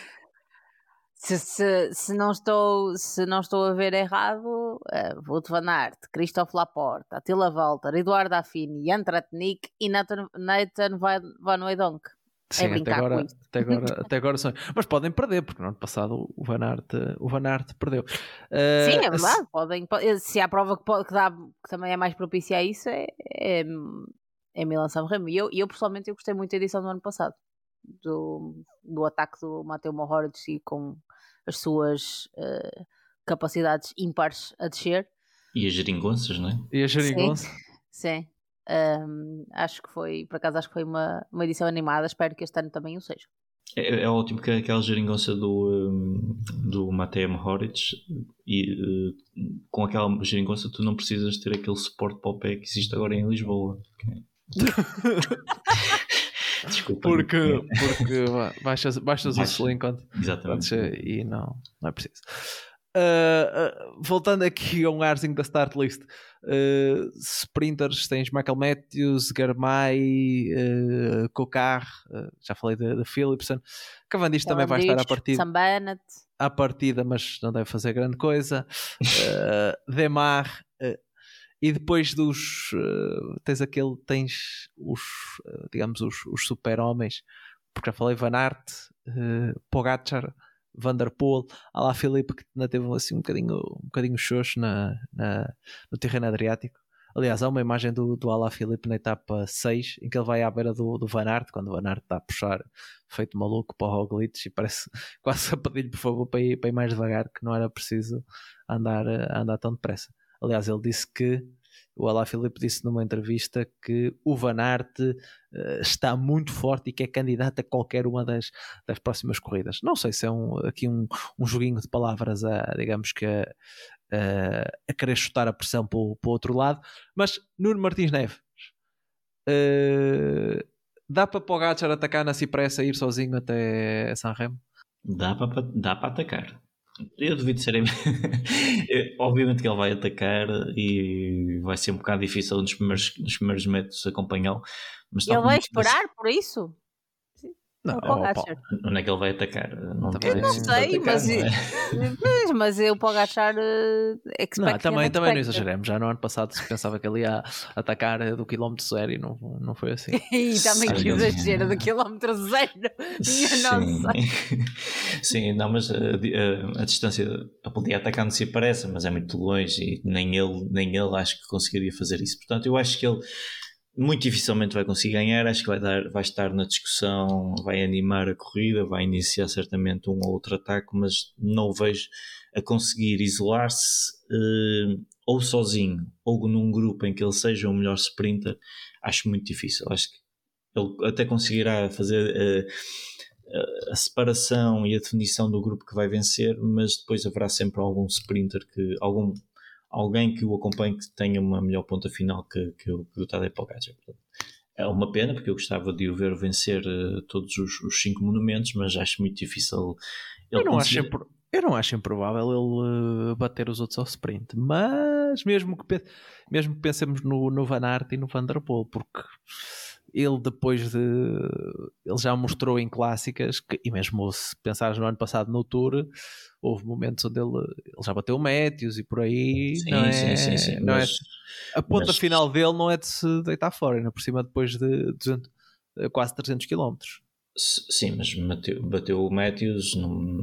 Speaker 4: Se não estou a ver errado, Wout van Aert, Christophe Laporte, Attila Valter, Eduardo Affini, Jan Tratnik e Nathan Van Hooydonk.
Speaker 2: Sim, até agora são. Mas podem perder, porque no ano passado o Van Aert perdeu.
Speaker 4: Sim, é verdade. Podem, se há prova que também é mais propícia a isso, é Milan-San Remo. E eu pessoalmente gostei muito da edição do ano passado. Do ataque do Mateu Mohoric e com as suas capacidades ímpares a descer.
Speaker 3: E as geringonças, não é?
Speaker 2: E as geringonças.
Speaker 4: Sim. Acho que foi uma edição animada. Espero que este ano também o seja.
Speaker 3: É ótimo que aquela geringonça do Matej Mohoric e com aquela geringonça tu não precisas ter aquele suporte para o pé que existe agora em Lisboa. Desculpa.
Speaker 2: Porque baixas o selim
Speaker 3: exatamente.
Speaker 2: E não é preciso. Voltando aqui a um arzinho da start list, sprinters, tens Michael Matthews, Germay, Kokar, já falei de Philipsen. Cavendish também vai estar à partida, mas não deve fazer grande coisa. Demar. E depois tens os super-homens, porque já falei Van Aert, Pogačar, Van der Poel, Alaphilippe, que ainda teve assim um bocadinho xoxo no terreno Adriático. Aliás, há uma imagem do Alaphilippe na etapa 6, em que ele vai à beira do Van Aert, quando o Van Aert está a puxar feito maluco para o Roglic, e parece quase a pedir-lhe por favor para ir mais devagar, que não era preciso andar tão depressa. Aliás, o Alaphilippe disse numa entrevista que o Van Aert está muito forte e que é candidato a qualquer uma das próximas corridas. Não sei se é aqui um joguinho de palavras digamos que a querer chutar a pressão para o outro lado, mas Nuno Martins Neves, dá para Pogačar atacar na Cipressa e ir sozinho até San Remo?
Speaker 3: Dá para atacar. Eu duvido ser obviamente que ele vai atacar e vai ser um bocado difícil nos primeiros metros acompanhá-lo, mas
Speaker 4: ele vai esperar por isso?
Speaker 2: Não,
Speaker 4: o Pogacar.
Speaker 3: Onde é que ele vai atacar?
Speaker 4: Eu não sei, mas o Pogacar
Speaker 2: também não exageremos. Já no ano passado se pensava que ele ia atacar do quilómetro zero e não foi assim.
Speaker 4: E também que exagero do quilómetro zero.
Speaker 3: Sim, não, mas a distância ele podia atacar, não se parece, mas é muito longe e nem ele acho que conseguiria fazer isso. Portanto, eu acho que ele muito dificilmente vai conseguir ganhar. Acho que vai estar na discussão, vai animar a corrida, vai iniciar certamente um ou outro ataque, mas não o vejo a conseguir isolar-se ou sozinho ou num grupo em que ele seja o melhor sprinter. Acho muito difícil. Acho que ele até conseguirá fazer a separação e a definição do grupo que vai vencer, mas depois haverá sempre algum sprinter alguém que o acompanhe que tenha uma melhor ponta final que o Tadej Pogacar. É uma pena, porque eu gostava de o ver vencer todos os 5 monumentos, mas acho muito difícil ele conseguir.
Speaker 2: Eu não acho improvável ele bater os outros ao sprint, mas mesmo que pensemos no Van Aert e no Van der Poel, porque ele ele já mostrou em clássicas e mesmo se pensares no ano passado no Tour, houve momentos onde ele já bateu o Matthews e por aí. Sim, a ponta final dele não é de se deitar fora, ainda por cima depois de quase 300 km.
Speaker 3: Sim, mas bateu o Matthews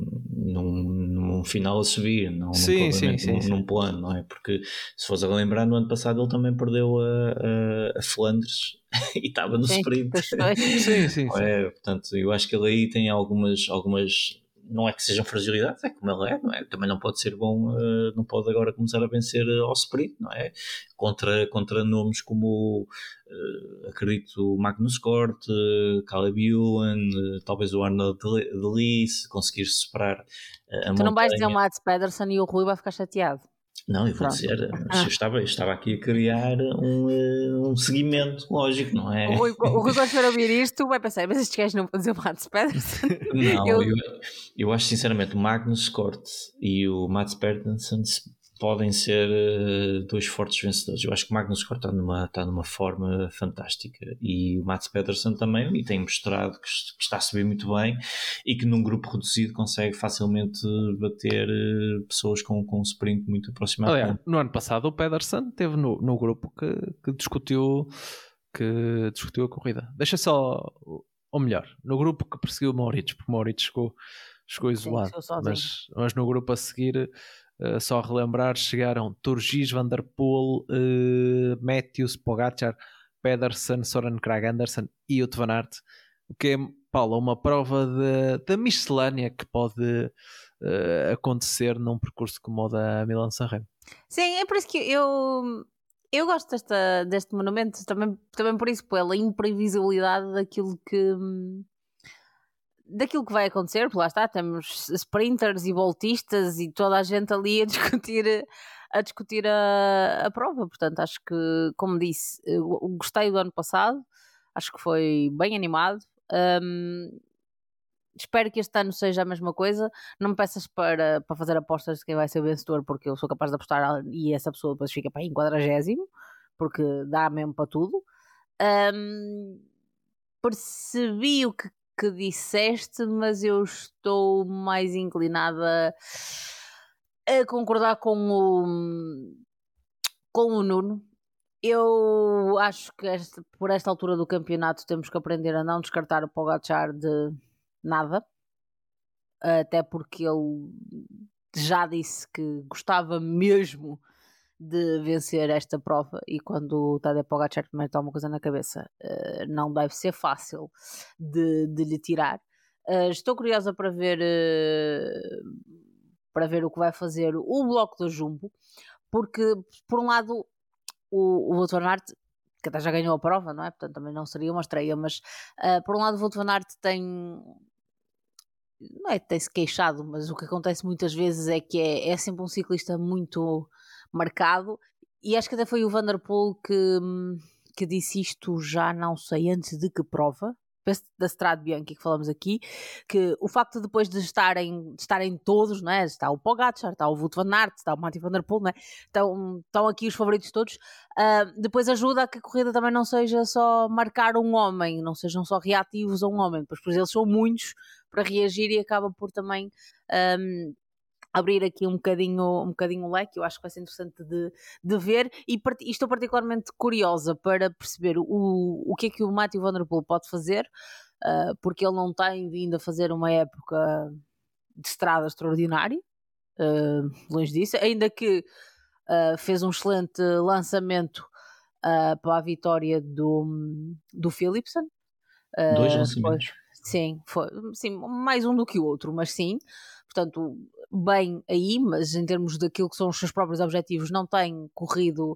Speaker 3: num final a subir, num plano, não é? Porque se fores a lembrar, no ano passado ele também perdeu a Flandres e estava no sprint.
Speaker 2: Sim.
Speaker 3: Portanto, eu acho que ele aí tem algumas não é que sejam fragilidades, é como ele é, não é? Também não pode ser bom, não pode agora começar a vencer ao sprint, não é? Contra nomes como, acredito, Magnus Cort, Caleb Ewan, talvez o Arnaud Delis, conseguir superar a montanha.
Speaker 4: Tu não vais dizer o Mats Pedersen e o Rui vai ficar chateado.
Speaker 3: Não, eu vou dizer, eu estava aqui a criar um seguimento lógico, não é?
Speaker 4: O Rui quando estiver a ouvir isto vai pensar, mas estes gajos não vão dizer o Mats Pedersen.
Speaker 3: Não, eu acho sinceramente o Magnus Cort e o Mats Pedersen podem ser dois fortes vencedores. Eu acho que o Magnus Cort está numa forma fantástica e o Mats Pedersen também, e tem mostrado que está a subir muito bem e que num grupo reduzido consegue facilmente bater pessoas com um sprint muito aproximado.
Speaker 2: Aliás, no ano passado o Pedersen esteve no grupo que discutiu a corrida. Deixa só, ou melhor, no grupo que perseguiu o Moritz, porque o Moritz chegou isolado. Mas no grupo a seguir, só relembrar, chegaram Turgis, Van der Poel, Matthews, Pogacar, Pedersen, Søren Kragh Andersen e Wout van Aert, o que é, Paula, uma prova da miscelânea que pode acontecer num percurso como o da Milan-San Remo.
Speaker 4: Sim, é por isso que eu gosto deste monumento, também por isso, pela imprevisibilidade daquilo que vai acontecer, porque lá está, temos sprinters e voltistas e toda a gente ali a discutir a prova. Portanto, acho que, como disse, gostei do ano passado, acho que foi bem animado. Espero que este ano seja a mesma coisa. Não me peças para fazer apostas de quem vai ser o vencedor, porque eu sou capaz de apostar e essa pessoa depois fica para em 40º, porque dá mesmo para tudo. Percebi o que disseste, mas eu estou mais inclinada a concordar com o Nuno. Eu acho que por esta altura do campeonato temos que aprender a não descartar o Pogacar de nada, até porque ele já disse que gostava mesmo de vencer esta prova, e quando o Tadej Pogacar primeiro toma uma coisa na cabeça, não deve ser fácil de lhe tirar. Estou curiosa para ver o que vai fazer o bloco do Jumbo, porque por um lado o Wout van Aert, que até já ganhou a prova, não é? Portanto também não seria uma estreia, mas por um lado o Wout van Aert tem-se queixado, mas o que acontece muitas vezes é que é sempre um ciclista muito marcado, e acho que até foi o Van der Poel que disse isto, já não sei antes de que prova, penso da Strade Bianchi que falamos aqui, que o facto de depois de estarem todos, não é? Está o Pogačar, está o Wout van Aert, está o Mathieu van der Poel, não é? Estão aqui os favoritos todos, depois ajuda a que a corrida também não seja só marcar um homem, não sejam só reativos a um homem, depois eles são muitos para reagir e acaba por também abrir aqui um bocadinho o leque. Eu acho que vai ser interessante de ver e estou particularmente curiosa para perceber o que é que o Mathieu van der Poel pode fazer, porque ele não tem vindo a fazer uma época de estrada extraordinária, longe disso, ainda que fez um excelente lançamento para a vitória do Philipsen.
Speaker 3: 2 lançamentos.
Speaker 4: Sim, mais um do que o outro, mas sim, portanto, bem aí, mas em termos daquilo que são os seus próprios objetivos, não tem corrido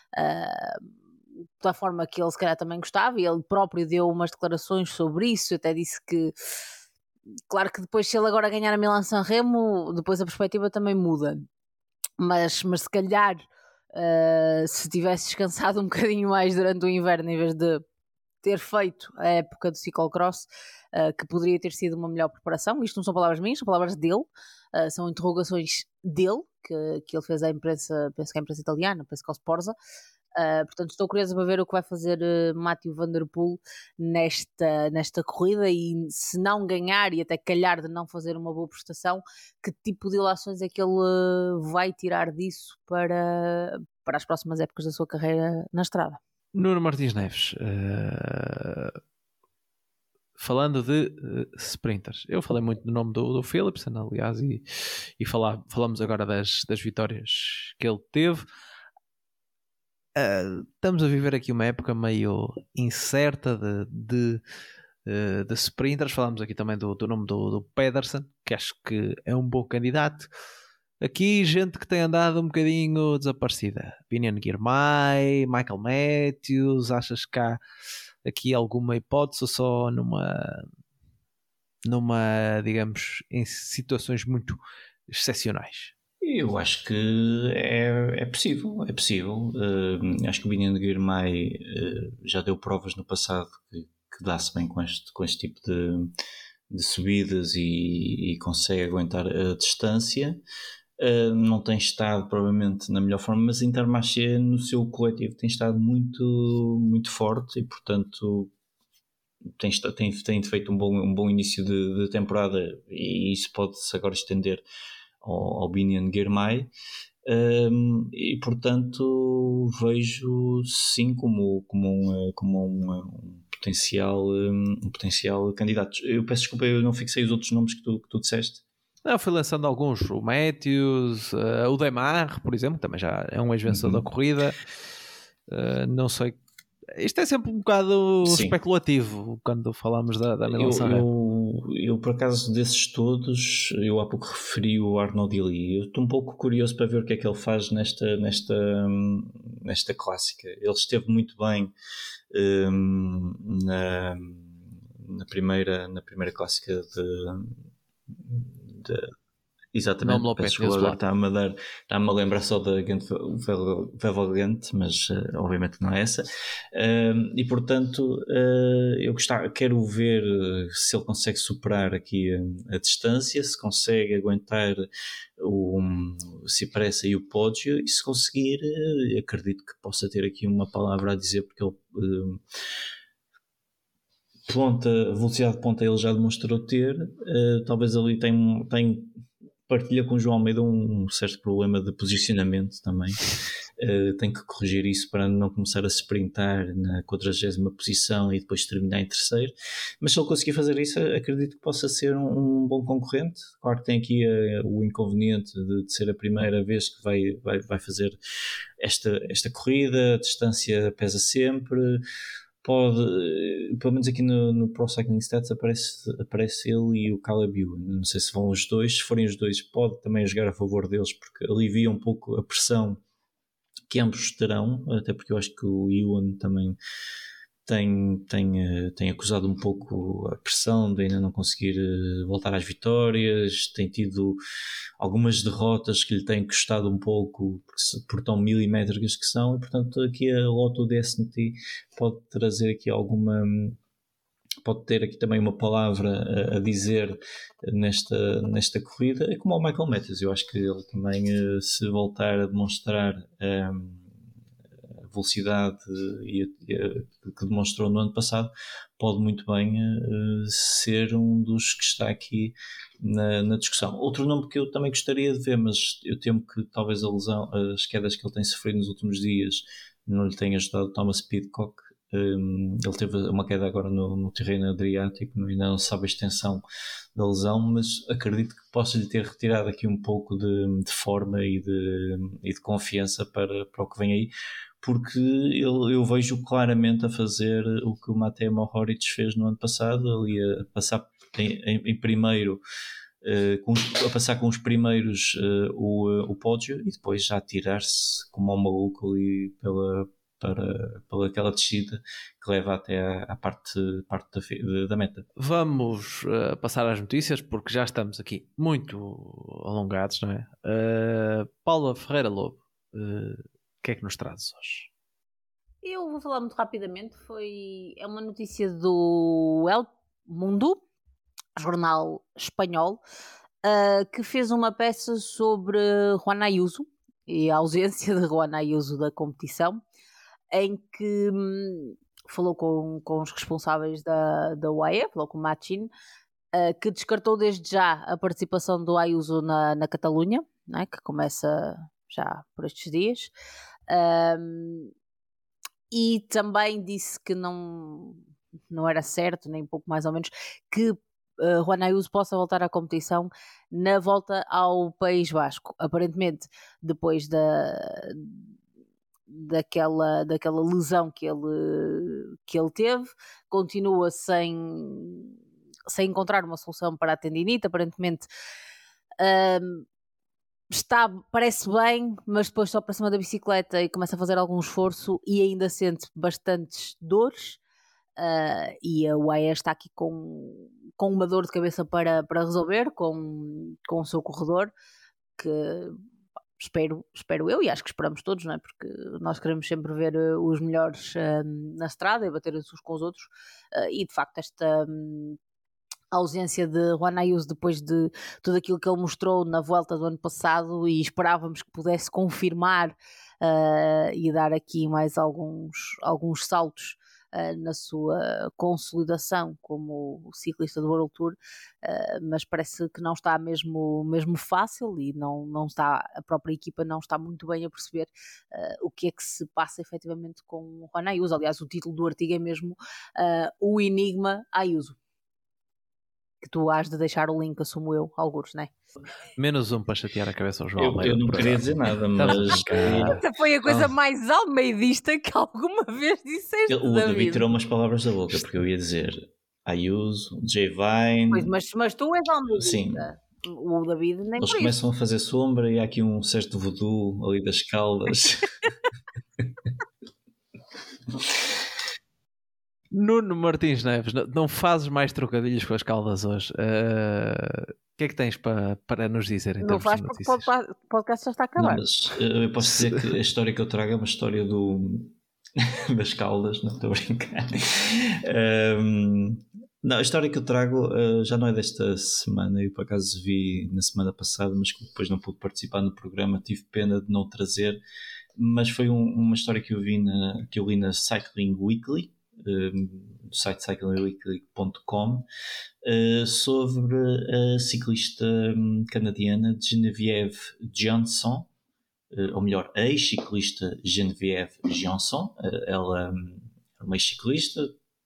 Speaker 4: da forma que ele se calhar também gostava, e ele próprio deu umas declarações sobre isso, até disse que, claro que depois se ele agora ganhar a Milan-San Remo, depois a perspectiva também muda, mas se calhar se tivesse descansado um bocadinho mais durante o inverno, em vez de ter feito a época do ciclocross, que poderia ter sido uma melhor preparação. Isto não são palavras minhas, são palavras dele, são interrogações dele, que ele fez à imprensa, penso que à imprensa italiana, penso que ao Sporza. Portanto, estou curiosa para ver o que vai fazer Mathieu van der Poel nesta corrida, e se não ganhar e até calhar de não fazer uma boa prestação, que tipo de ilações é que ele vai tirar disso para as próximas épocas da sua carreira na estrada.
Speaker 2: Nuno Martins Neves, falando de sprinters, eu falei muito do nome do Philipsen, aliás, e falamos agora das vitórias que ele teve. Estamos a viver aqui uma época meio incerta de sprinters. Falamos aqui também do nome do Pedersen, que acho que é um bom candidato. Aqui gente que tem andado um bocadinho desaparecida. Biniam Girmay, Michael Matthews. Achas que há aqui alguma hipótese, ou só numa, digamos, em situações muito excepcionais?
Speaker 3: Eu acho que é possível, é possível. Acho que o Biniam Girmay já deu provas no passado que dá-se bem com este tipo de subidas e consegue aguentar a distância. Não tem estado provavelmente na melhor forma, mas a Intermarché no seu coletivo tem estado muito, muito forte e, portanto, tem feito um bom início de temporada, e isso pode-se agora estender ao Biniam Girmay, e portanto vejo sim como um potencial candidato. Eu peço desculpa, eu não fixei os outros nomes que tu disseste.
Speaker 2: Não, fui lançando alguns, o Matthews, o Demar, por exemplo, também já é um ex-vencedor da corrida. Não sei, isto é sempre um bocado especulativo quando falamos da Milan-San Remo.
Speaker 3: Eu, por acaso, desses todos, eu há pouco referi o Arnaud Dely. Eu estou um pouco curioso para ver o que é que ele faz nesta clássica. Ele esteve muito bem na primeira clássica exatamente, está-me a lembrar só da Gent-Wevelgem, mas obviamente não é essa, e portanto quero ver se ele consegue superar aqui a distância, se consegue aguentar o Cipressa e o pódio, e se conseguir, acredito que possa ter aqui uma palavra a dizer, porque ele velocidade de ponta ele já demonstrou ter. Talvez ali tem partilha com o João Almeida um certo problema de posicionamento também. Tem que corrigir isso para não começar a sprintar na 40ª posição e depois terminar em terceiro, mas se ele conseguir fazer isso, acredito que possa ser um bom concorrente. Claro que tem aqui o inconveniente de ser a primeira vez que vai fazer esta corrida, a distância pesa sempre. Pode, pelo menos aqui no Pro Cycling Stats aparece ele e o Caleb Ewan. Não sei se vão os dois. Se forem os dois, pode também jogar a favor deles, porque alivia um pouco a pressão que ambos terão, até porque eu acho que o Ewan também tem acusado um pouco a pressão de ainda não conseguir voltar às vitórias, tem tido algumas derrotas que lhe têm custado um pouco por tão milimétricas que são, e portanto aqui a Lotto DSMT pode trazer aqui alguma pode ter aqui também uma palavra a dizer nesta corrida, é como o Michael Matthews. Eu acho que ele também, se voltar a demonstrar a velocidade que demonstrou no ano passado, pode muito bem ser um dos que está aqui na discussão. Outro nome que eu também gostaria de ver, mas eu temo que talvez a lesão, as quedas que ele tem sofrido nos últimos dias não lhe tenha ajudado, Thomas Pidcock. Ele teve uma queda agora no terreno Adriático, ainda não se sabe a extensão da lesão, mas acredito que possa lhe ter retirado aqui um pouco de forma e de confiança para o que vem aí, porque eu vejo claramente a fazer o que o Matej Mohoric fez no ano passado, ali a passar em primeiro, a passar com os primeiros o pódio, e depois já tirar-se como um maluco ali pela aquela descida que leva até à parte da meta.
Speaker 2: Vamos passar às notícias, porque já estamos aqui muito alongados, não é? Paula Ferreira Lobo, o que é que nos trazes hoje?
Speaker 4: Eu vou falar muito rapidamente. É uma notícia do El Mundo, jornal espanhol, que fez uma peça sobre Juan Ayuso e a ausência de Juan Ayuso da competição, em que falou com os responsáveis da UAE, falou com o Machin, que descartou desde já a participação do Ayuso na Catalunha, né, que começa já por estes dias, e também disse que não era certo, nem pouco mais ou menos, que Juan Ayuso possa voltar à competição na volta ao País Basco. Aparentemente, depois daquela lesão que ele teve, continua sem encontrar uma solução para a tendinite. Aparentemente parece bem, mas depois só para cima da bicicleta e começa a fazer algum esforço e ainda sente bastantes dores, e a UAE está aqui com uma dor de cabeça para resolver com o seu corredor, que espero eu, e acho que esperamos todos, não é? Porque nós queremos sempre ver os melhores na estrada e bater uns com os outros, e de facto esta a ausência de Juan Ayuso depois de tudo aquilo que ele mostrou na Vuelta do ano passado, e esperávamos que pudesse confirmar e dar aqui mais alguns saltos na sua consolidação como ciclista do World Tour, mas parece que não está mesmo fácil, e não está, a própria equipa não está muito bem a perceber o que é que se passa efetivamente com o Juan Ayuso. Aliás, o título do artigo é mesmo o Enigma Ayuso, que tu has de deixar o link, assumo eu, algures, não é?
Speaker 2: Menos um para chatear a cabeça ao João Almeida.
Speaker 3: Eu não queria dizer nada, mas
Speaker 4: essa foi a coisa mais almeidista que alguma vez disseste,
Speaker 3: o David
Speaker 4: David.
Speaker 3: tirou umas palavras da boca, porque eu ia dizer Ayuso, J. Vine.
Speaker 4: Pois, mas tu és almeidista.
Speaker 3: Sim.
Speaker 4: O David nem
Speaker 3: Eles
Speaker 4: por
Speaker 3: começam a fazer sombra e há aqui um certo voodoo ali das Caldas.
Speaker 2: Nuno Martins Neves, não fazes mais trocadilhos com as Caldas hoje. O que é que tens para nos dizer?
Speaker 4: Não faz porque o podcast já está a acabar.
Speaker 3: Não, mas eu posso dizer que a história que eu trago é uma história das Caldas, não estou a brincar. Não, a história que eu trago já não é desta semana. Eu por acaso vi na semana passada, mas que depois não pude participar no programa, tive pena de não trazer, mas foi uma história que eu li na Cycling Weekly, do site cyclingweekly.com, sobre a ciclista canadiana Geneviève Janson, ou melhor, a ex-ciclista Geneviève Janson. Ela é uma ex-ciclista,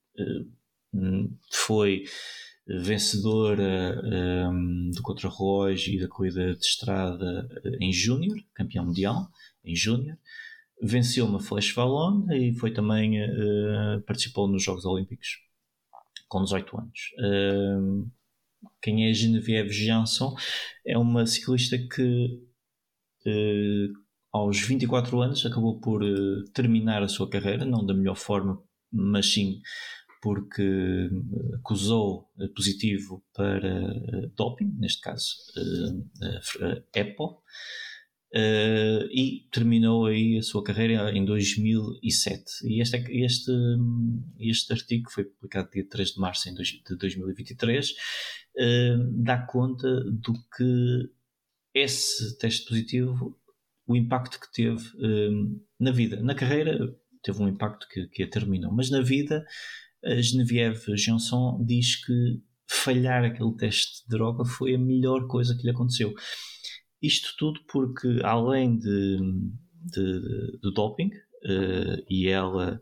Speaker 3: foi vencedora do contrarrelógio e da corrida de estrada em júnior, campeã mundial em júnior. Venceu uma Flash Wallon e foi também participou nos Jogos Olímpicos com 18 anos. Quem é Geneviève Janson? É uma ciclista que aos 24 anos acabou por terminar a sua carreira, não da melhor forma, mas sim porque acusou positivo para doping, neste caso EPO. e terminou aí a sua carreira em 2007. E este artigo foi publicado dia 3 de março de 2023, dá conta do que esse teste positivo, o impacto que teve na vida. Na carreira teve um impacto que a terminou, mas na vida a Geneviève Janson diz que falhar aquele teste de droga foi a melhor coisa que lhe aconteceu. Isto tudo porque, além do doping, e ela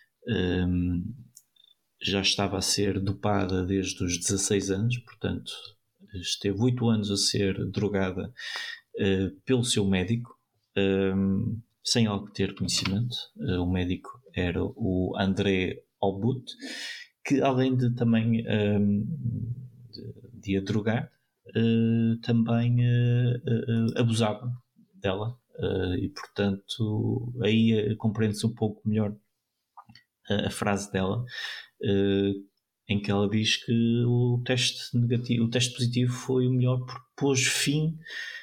Speaker 3: já estava a ser dopada desde os 16 anos, portanto esteve 8 anos a ser drogada pelo seu médico, sem ela ter conhecimento. O médico era o André Albut, que além de também de a drogar, também abusava dela, e portanto aí compreende-se um pouco melhor a frase dela, em que ela diz que o teste positivo foi o melhor porque pôs fim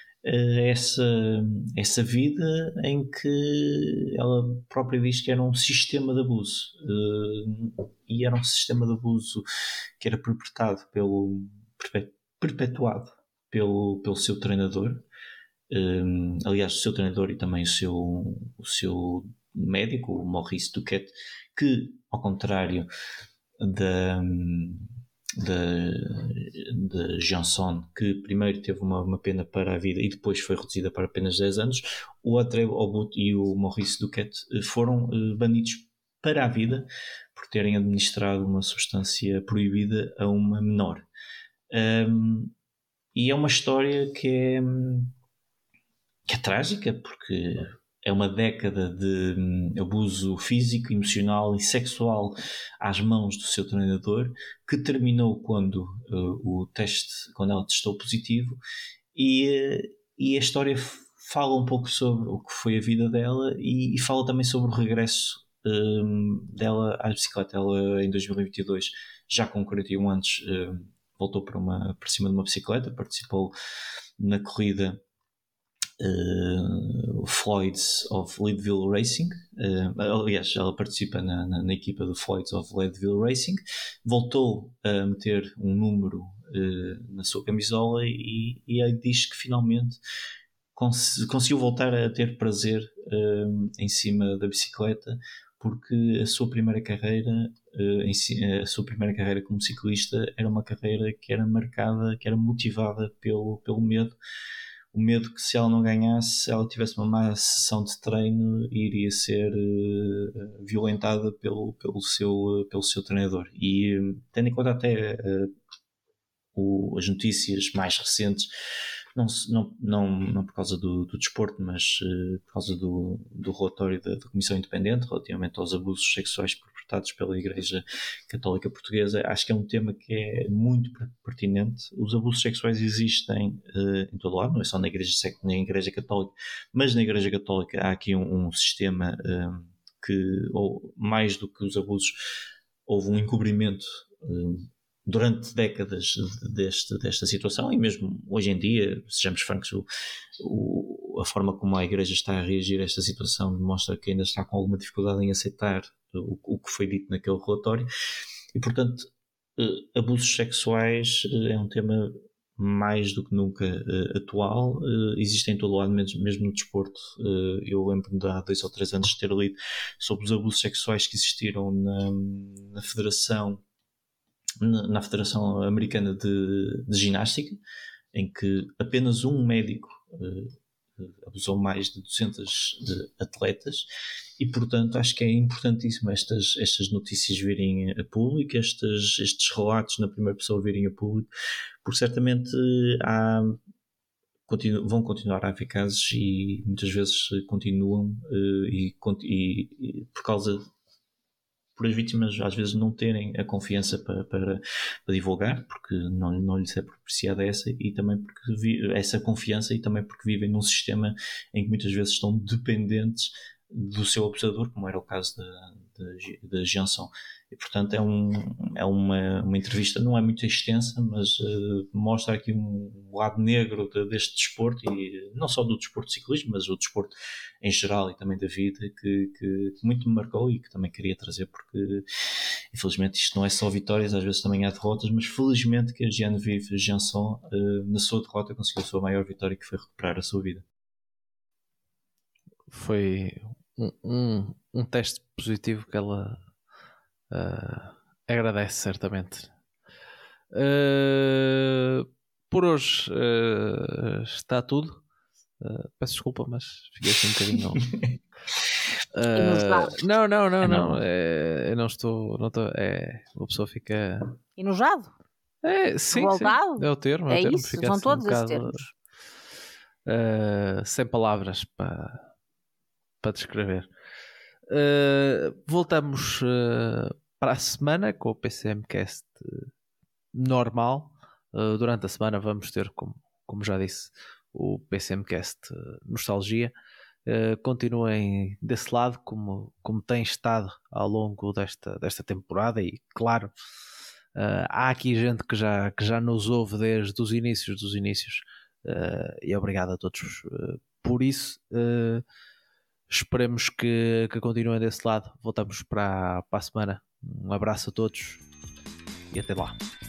Speaker 3: a essa vida em que ela própria diz que era um sistema de abuso, e era um sistema de abuso que era perpetuado pelo seu treinador. Aliás, o seu treinador e também o seu médico, o Maurice Duquette, que, ao contrário da Janson, que primeiro teve uma pena para a vida e depois foi reduzida para apenas 10 anos, o André Albut e o Maurice Duquette foram banidos para a vida por terem administrado uma substância proibida a uma menor. E é uma história que é trágica, porque é uma década de abuso físico, emocional e sexual às mãos do seu treinador, que terminou quando ela testou positivo, e a história fala um pouco sobre o que foi a vida dela e fala também sobre o regresso dela à bicicleta. Ela, em 2022, já com 41 anos, voltou para cima de uma bicicleta, participou na corrida Floyds of Leadville Racing. Aliás, ela participa na equipa do Floyds of Leadville Racing. Voltou a meter um número na sua camisola e aí diz que finalmente conseguiu voltar a ter prazer em cima da bicicleta, porque a sua primeira carreira como ciclista era uma carreira que era marcada, que era motivada pelo medo. O medo que, se ela não ganhasse, se ela tivesse uma má sessão de treino, iria ser violentada pelo seu treinador. E tendo em conta até as notícias mais recentes, não por causa do desporto, mas por causa do relatório da Comissão Independente relativamente aos abusos sexuais perpetrados pela Igreja Católica Portuguesa, acho que é um tema que é muito pertinente. Os abusos sexuais existem em todo lado, não é só na Igreja Católica, mas na Igreja Católica há aqui um sistema ou mais do que os abusos, houve um encobrimento durante décadas desta situação, e mesmo hoje em dia, sejamos francos, a forma como a Igreja está a reagir a esta situação demonstra que ainda está com alguma dificuldade em aceitar o que foi dito naquele relatório. E, portanto, abusos sexuais é um tema mais do que nunca atual. Existem em todo o lado, mesmo no desporto. Eu lembro-me de há 2 ou 3 anos de ter lido sobre os abusos sexuais que existiram na Federação Americana de Ginástica, em que apenas um médico abusou mais de 200 atletas, e portanto acho que é importantíssimo estas notícias virem a público, estes relatos na primeira pessoa virem a público, porque certamente vão continuar a haver casos, e muitas vezes continuam, e por as vítimas às vezes não terem a confiança para divulgar, porque não lhes é propiciada essa confiança, e também porque vivem num sistema em que muitas vezes estão dependentes do seu abusador, como era o caso da Janson. E portanto é uma entrevista, não é muito extensa, mas mostra aqui um lado negro deste desporto, e não só do desporto de ciclismo, mas o desporto em geral e também da vida, que muito me marcou e que também queria trazer, porque infelizmente isto não é só vitórias, às vezes também há derrotas, mas felizmente que a Genevieve Janson, na sua derrota, conseguiu a sua maior vitória, que foi recuperar a sua vida.
Speaker 2: Foi um teste positivo que ela agradece certamente. Por hoje está tudo. Peço desculpa, mas fiquei assim um bocadinho. Não. Eu não estou. Uma pessoa fica.
Speaker 4: Enojado?
Speaker 2: Sim,
Speaker 4: revoltado?
Speaker 2: sim. É o termo.
Speaker 4: É
Speaker 2: termo.
Speaker 4: isso,
Speaker 2: Fica
Speaker 4: são
Speaker 2: assim
Speaker 4: todos
Speaker 2: um
Speaker 4: esses
Speaker 2: bocado,
Speaker 4: termos.
Speaker 2: sem palavras para descrever. Voltamos para a semana com o PCMcast normal. Durante a semana vamos ter, como já disse, o PCMcast Nostalgia. Continuem desse lado como tem estado ao longo desta temporada, e claro, há aqui gente que já nos ouve desde os inícios dos inícios, e obrigado a todos por isso. Esperemos que continuem desse lado. Voltamos para a semana. Um abraço a todos e até lá.